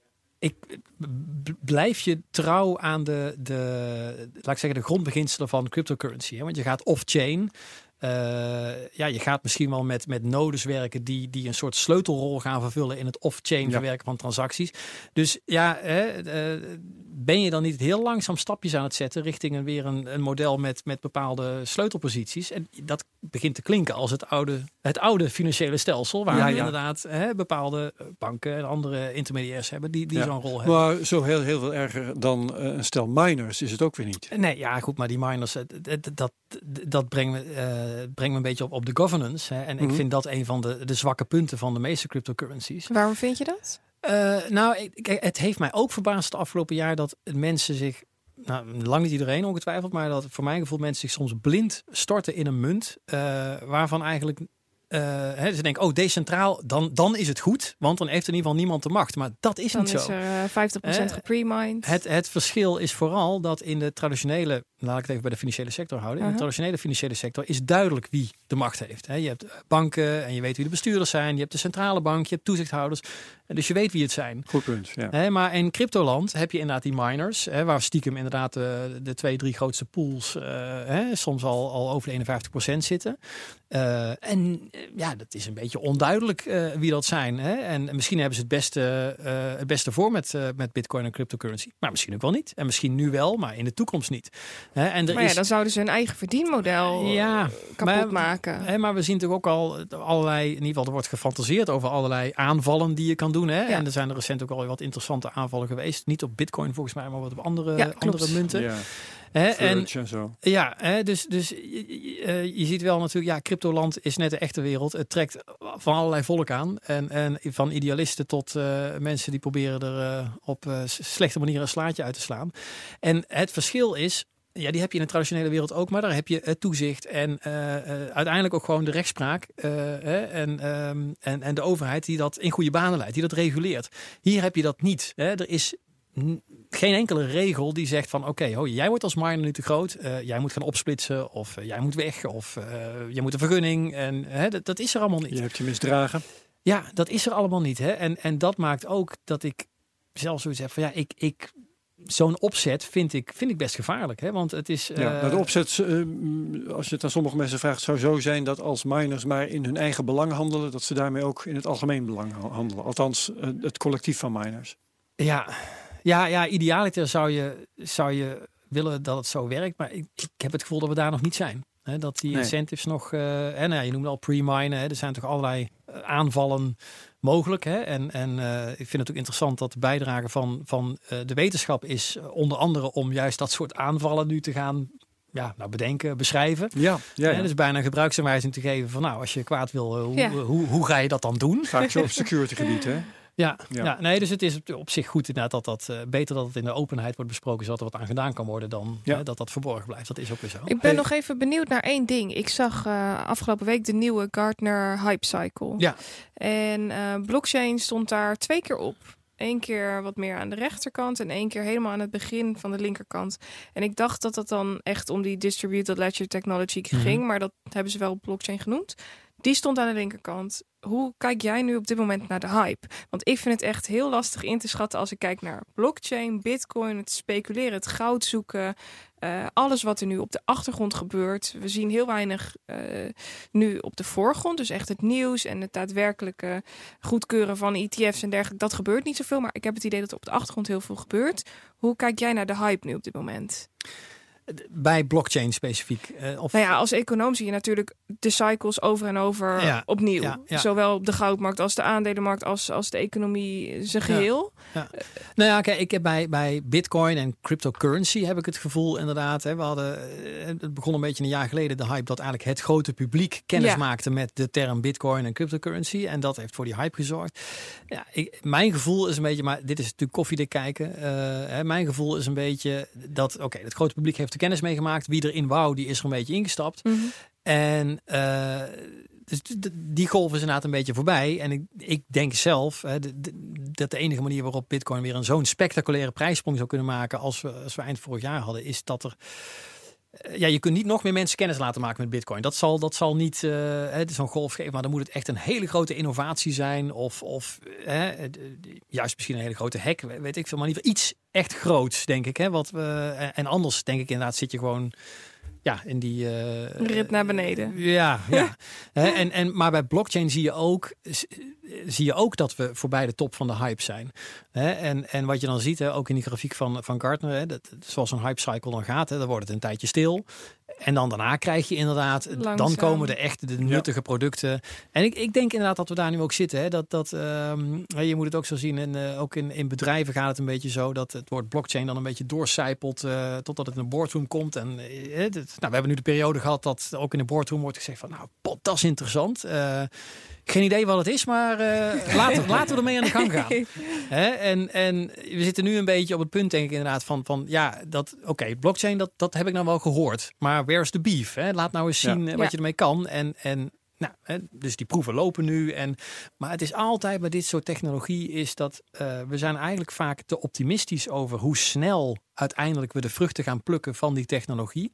ik b- blijf je trouw aan de, de, laat ik zeggen, de grondbeginselen van cryptocurrency. Hè? Want je gaat off-chain. Uh, ja, je gaat misschien wel met, met nodes werken die, die een soort sleutelrol gaan vervullen in het off-chain ja. verwerken van transacties. Dus ja, hè, uh, ben je dan niet heel langzaam stapjes aan het zetten richting een, weer een, een model met, met bepaalde sleutelposities. En dat begint te klinken als het oude, het oude financiële stelsel, waar ja, we ja. inderdaad hè, bepaalde banken en andere intermediairs hebben die, die ja. zo'n rol hebben. Maar zo heel, heel veel erger dan uh, een stel miners is het ook weer niet. Nee, ja goed, maar die miners, dat, dat, dat brengt me, uh, brengt me een beetje op, op de governance. Hè. En mm-hmm. ik vind dat een van de, de zwakke punten van de meeste cryptocurrencies. Waarom vind je dat? Uh, nou, ik, het heeft mij ook verbaasd het afgelopen jaar dat mensen zich, nou, lang niet iedereen ongetwijfeld, maar dat voor mijn gevoel mensen zich soms blind storten in een munt, uh, waarvan eigenlijk Uh, hè, ze denken, oh, decentraal, dan, dan is het goed. Want dan heeft in ieder geval niemand de macht. Maar dat is dan niet is zo. Dan is er uh, vijftig procent uh, gepremined. Het, het verschil is vooral dat in de traditionele, laat ik het even bij de financiële sector houden. Uh-huh. In de traditionele financiële sector is duidelijk wie de macht heeft. Hè. Je hebt banken en je weet wie de bestuurders zijn. Je hebt de centrale bank, je hebt toezichthouders. En dus je weet wie het zijn. Goed punt, ja. Hè, maar in cryptoland heb je inderdaad die miners. Hè, waar stiekem inderdaad de, de twee, drie grootste pools uh, hè, soms al, al over de eenenvijftig procent zitten. Uh, en uh, ja, dat is een beetje onduidelijk uh, wie dat zijn. Hè? En misschien hebben ze het beste, uh, het beste voor met, uh, met Bitcoin en cryptocurrency. Maar misschien ook wel niet. En misschien nu wel, maar in de toekomst niet. Hè? En er maar ja, is... dan zouden ze hun eigen verdienmodel ja, kapot maar, maken. Hè, maar we zien natuurlijk ook al allerlei, in ieder geval er wordt gefantaseerd over allerlei aanvallen die je kan doen. Hè? Ja. En er zijn er recent ook al wat interessante aanvallen geweest. Niet op Bitcoin volgens mij, maar wat op andere, ja, andere munten. Ja. Hè, en, en zo. Ja, hè, dus, dus uh, je ziet wel natuurlijk, ja, cryptoland is net de echte wereld. Het trekt van allerlei volk aan. En, en van idealisten tot uh, mensen die proberen er uh, op uh, slechte manier een slaatje uit te slaan. En het verschil is, ja, die heb je in de traditionele wereld ook, maar daar heb je uh, toezicht en uh, uh, uiteindelijk ook gewoon de rechtspraak uh, uh, en, um, en, en de overheid die dat in goede banen leidt, die dat reguleert. Hier heb je dat niet. Hè. Er is n- geen enkele regel die zegt van oké, okay, oh, jij wordt als miner nu te groot. Uh, jij moet gaan opsplitsen of uh, jij moet weg of uh, je moet een vergunning. En hè, dat, dat is er allemaal niet. Je hebt je misdragen. Ja, dat is er allemaal niet. Hè? En, en dat maakt ook dat ik zelf zoiets heb van ja, ik... ik zo'n opzet vind ik, vind ik best gevaarlijk. Hè? Want het is... Uh... Ja, maar de opzet, uh, als je het aan sommige mensen vraagt, zou zo zijn dat als miners maar in hun eigen belang handelen, dat ze daarmee ook in het algemeen belang handelen. Althans, uh, het collectief van miners. Ja, ja, ja idealiter zou je, zou je willen dat het zo werkt. Maar ik, ik heb het gevoel dat we daar nog niet zijn. Hè? Dat die nee. incentives nog... Uh, en, nou, je noemde al pre-minen. Hè? Er zijn toch allerlei uh, aanvallen mogelijk. Hè? En, en uh, ik vind het ook interessant dat de bijdrage van, van uh, de wetenschap is uh, onder andere om juist dat soort aanvallen nu te gaan ja, nou bedenken, beschrijven. Ja, ja, ja. En dus bijna een gebruiksaanwijzing te geven van nou, als je kwaad wil, uh, hoe, ja. hoe, hoe, hoe ga je dat dan doen? Vaak zo op security gebied, hè? Ja, ja. ja, nee, dus het is op zich goed inderdaad dat dat uh, beter dat het in de openheid wordt besproken, zodat er wat aan gedaan kan worden dan ja. hè, dat dat verborgen blijft. Dat is ook weer zo. Ik ben hey. nog even benieuwd naar één ding. Ik zag uh, afgelopen week de nieuwe Gartner Hype Cycle. Ja. En uh, blockchain stond daar twee keer op. Eén keer wat meer aan de rechterkant en één keer helemaal aan het begin van de linkerkant. En ik dacht dat dat dan echt om die distributed ledger technology ging, mm-hmm. maar dat hebben ze wel blockchain genoemd. Die stond aan de linkerkant. Hoe kijk jij nu op dit moment naar de hype? Want ik vind het echt heel lastig in te schatten als ik kijk naar blockchain, bitcoin, het speculeren, het goud zoeken. Uh, alles wat er nu op de achtergrond gebeurt. We zien heel weinig uh, nu op de voorgrond. Dus echt het nieuws en het daadwerkelijke goedkeuren van E T F's en dergelijke. Dat gebeurt niet zoveel, maar ik heb het idee dat er op de achtergrond heel veel gebeurt. Hoe kijk jij naar de hype nu op dit moment? Bij blockchain specifiek? Uh, of... Nou ja, als econoom zie je natuurlijk de cycles over en over ja, opnieuw. Ja, ja. Zowel op de goudmarkt als de aandelenmarkt als, als de economie zijn geheel. Ja, ja. Uh, nou ja, kijk, ik heb bij, bij bitcoin en cryptocurrency heb ik het gevoel inderdaad. Hè, we hadden, het begon een beetje een jaar geleden de hype dat eigenlijk het grote publiek kennis ja. maakte met de term bitcoin en cryptocurrency. En dat heeft voor die hype gezorgd. Ja, ik, mijn gevoel is een beetje, maar dit is natuurlijk koffiedik kijken. Uh, hè, mijn gevoel is een beetje dat, oké, okay, het grote publiek heeft kennis meegemaakt. Wie erin wou, die is er een beetje ingestapt. Mm-hmm. En uh, dus die golf is inderdaad een beetje voorbij. En ik, ik denk zelf hè, de, de, dat de enige manier waarop Bitcoin weer een zo'n spectaculaire prijssprong zou kunnen maken als we, als we eind vorig jaar hadden, is dat er uh, ja, je kunt niet nog meer mensen kennis laten maken met Bitcoin. Dat zal, dat zal niet uh, zo'n golf geven, maar dan moet het echt een hele grote innovatie zijn. Of, of uh, juist misschien een hele grote hack, weet ik veel. Maar in ieder geval iets echt groots, denk ik. Hè, wat we, en anders denk ik inderdaad zit je gewoon ja, in die uh, rit naar beneden. Uh, ja, ja. Hè, en, en, maar bij blockchain zie je ook zie je ook dat we voorbij de top van de hype zijn. Hè, en, en wat je dan ziet, hè, ook in die grafiek van, van Gartner, hè, dat, zoals een hype cycle dan gaat, hè, dan wordt het een tijdje stil. En dan daarna krijg je inderdaad, langzaam. Dan komen de echte, de nuttige ja. producten. En ik, ik denk inderdaad dat we daar nu ook zitten. Hè, dat, dat, um, je moet het ook zo zien, en uh, ook in, in bedrijven gaat het een beetje zo, dat het woord blockchain dan een beetje doorcijpelt uh, totdat het in een boardroom komt. En uh, het, nou, we hebben nu de periode gehad dat ook in de boardroom wordt gezegd van, nou, pot, dat is interessant. Uh, Geen idee wat het is, maar uh, laten, laten we ermee aan de gang gaan. Hè? En, en we zitten nu een beetje op het punt, denk ik inderdaad, van, van ja, dat oké, okay, blockchain, dat, dat heb ik nou wel gehoord. Maar where's the beef? Hè? Laat nou eens zien ja. wat ja. je ermee kan. En, en nou, hè, dus die proeven lopen nu. En, maar het is altijd bij dit soort technologie is dat uh, we zijn eigenlijk vaak te optimistisch over hoe snel uiteindelijk we de vruchten gaan plukken van die technologie.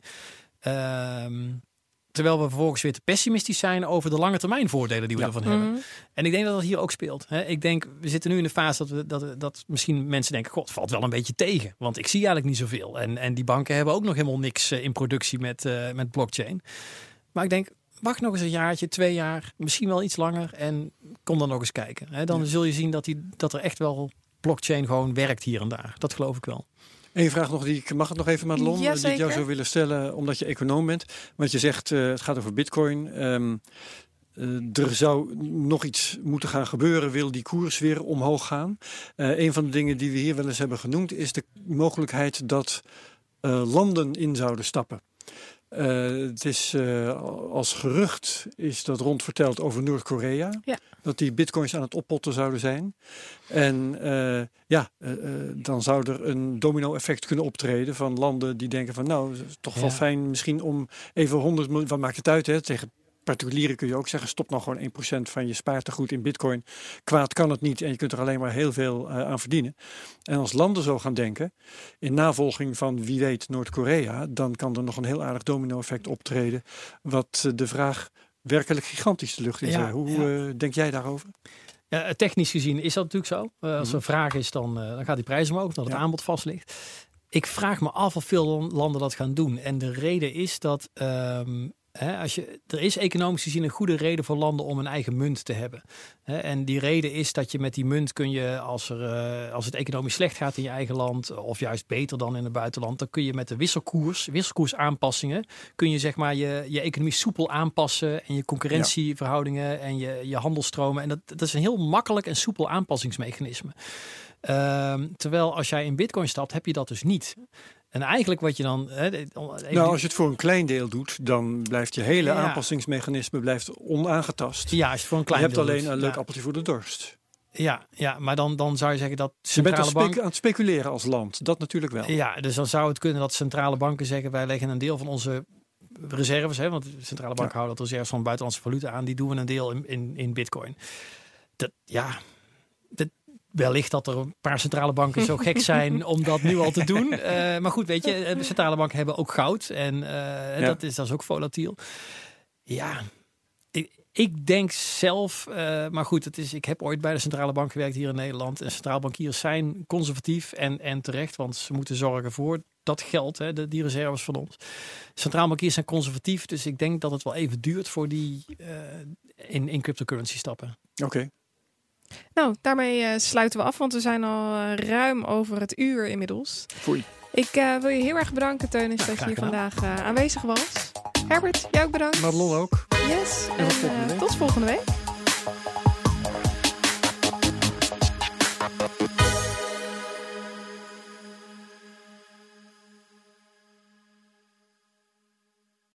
Um, Terwijl we vervolgens weer te pessimistisch zijn over de lange termijn voordelen die we ja. ervan hebben. Mm-hmm. En ik denk dat dat hier ook speelt. Ik denk, we zitten nu in de fase dat, we, dat, dat misschien mensen denken, god, het valt wel een beetje tegen. Want ik zie eigenlijk niet zoveel. En, en die banken hebben ook nog helemaal niks in productie met, uh, met blockchain. Maar ik denk, wacht nog eens een jaartje, twee jaar, misschien wel iets langer. En kom dan nog eens kijken. Dan ja. zul je zien dat, die, dat er echt wel blockchain gewoon werkt hier en daar. Dat geloof ik wel. Eén vraag nog, die ik mag het nog even, Madelon, ja, die ik jou zou willen stellen, omdat je econoom bent. Want je zegt, uh, het gaat over bitcoin. Um, uh, er zou nog iets moeten gaan gebeuren, wil die koers weer omhoog gaan. Uh, een van de dingen die we hier wel eens hebben genoemd, is de mogelijkheid dat uh, landen in zouden stappen. Uh, het is uh, als gerucht is dat rond verteld over Noord-Korea. Ja. Dat die bitcoins aan het oppotten zouden zijn. En uh, ja, uh, uh, dan zou er een domino-effect kunnen optreden van landen die denken van nou, het is toch ja. wel fijn misschien om even honderd miljoen, wat maakt het uit hè, tegen particulieren kun je ook zeggen, stop nou gewoon één procent van je spaartegoed in bitcoin. Kwaad kan het niet en je kunt er alleen maar heel veel uh, aan verdienen. En als landen zo gaan denken, in navolging van wie weet Noord-Korea, dan kan er nog een heel aardig domino-effect optreden, wat uh, de vraag werkelijk gigantisch de lucht in. Ja, Hoe ja. Uh, denk jij daarover? Ja, technisch gezien is dat natuurlijk zo. Uh, als er een vraag is, dan, uh, dan gaat die prijs omhoog, omdat het ja. aanbod vast ligt. Ik vraag me af of veel landen dat gaan doen. En de reden is dat um, hè, als je, er is economisch gezien een goede reden voor landen om een eigen munt te hebben. Hè, en die reden is dat je met die munt kun je, als, er, uh, als het economisch slecht gaat in je eigen land, of juist beter dan in het buitenland, dan kun je met de wisselkoers, wisselkoersaanpassingen, kun je zeg maar je, je economie soepel aanpassen en je concurrentieverhoudingen ja. en je, je handelstromen. En dat, dat is een heel makkelijk en soepel aanpassingsmechanisme. Uh, terwijl als jij in bitcoin stapt, heb je dat dus niet. En eigenlijk wat je dan... Hè, nou, als je het voor een klein deel doet, dan blijft je hele ja. aanpassingsmechanisme blijft onaangetast. Ja, als je het voor een klein je deel hebt alleen doet, een leuk ja. appeltje voor de dorst. Ja, ja, maar dan, dan zou je zeggen dat centrale je bent bank... specu- aan het speculeren als land, dat natuurlijk wel. Ja, dus dan zou het kunnen dat centrale banken zeggen, wij leggen een deel van onze reserves, hè, want de centrale bank ja. houden dat reserves van buitenlandse valuta aan, die doen we een deel in, in, in bitcoin. Dat, ja... Dat, wellicht dat er een paar centrale banken zo gek zijn om dat nu al te doen. Uh, maar goed, weet je, de centrale banken hebben ook goud. En uh, ja. dat, is, dat is ook volatiel. Ja, ik, ik denk zelf... Uh, maar goed, het is, ik heb ooit bij de centrale bank gewerkt hier in Nederland. En centrale bankiers zijn conservatief en, en terecht. Want ze moeten zorgen voor dat geld, hè, de, die reserves van ons. Centrale bankiers zijn conservatief. Dus ik denk dat het wel even duurt voor die uh, in, in cryptocurrency stappen. Oké. Okay. Nou, daarmee uh, sluiten we af, want we zijn al uh, ruim over het uur inmiddels. Foei. Ik uh, wil je heel erg bedanken, Teunis, dat je hier vandaag uh, aanwezig was. Herbert, jij ook bedankt. Madelon ook. Yes, en, en uh, tot volgende week.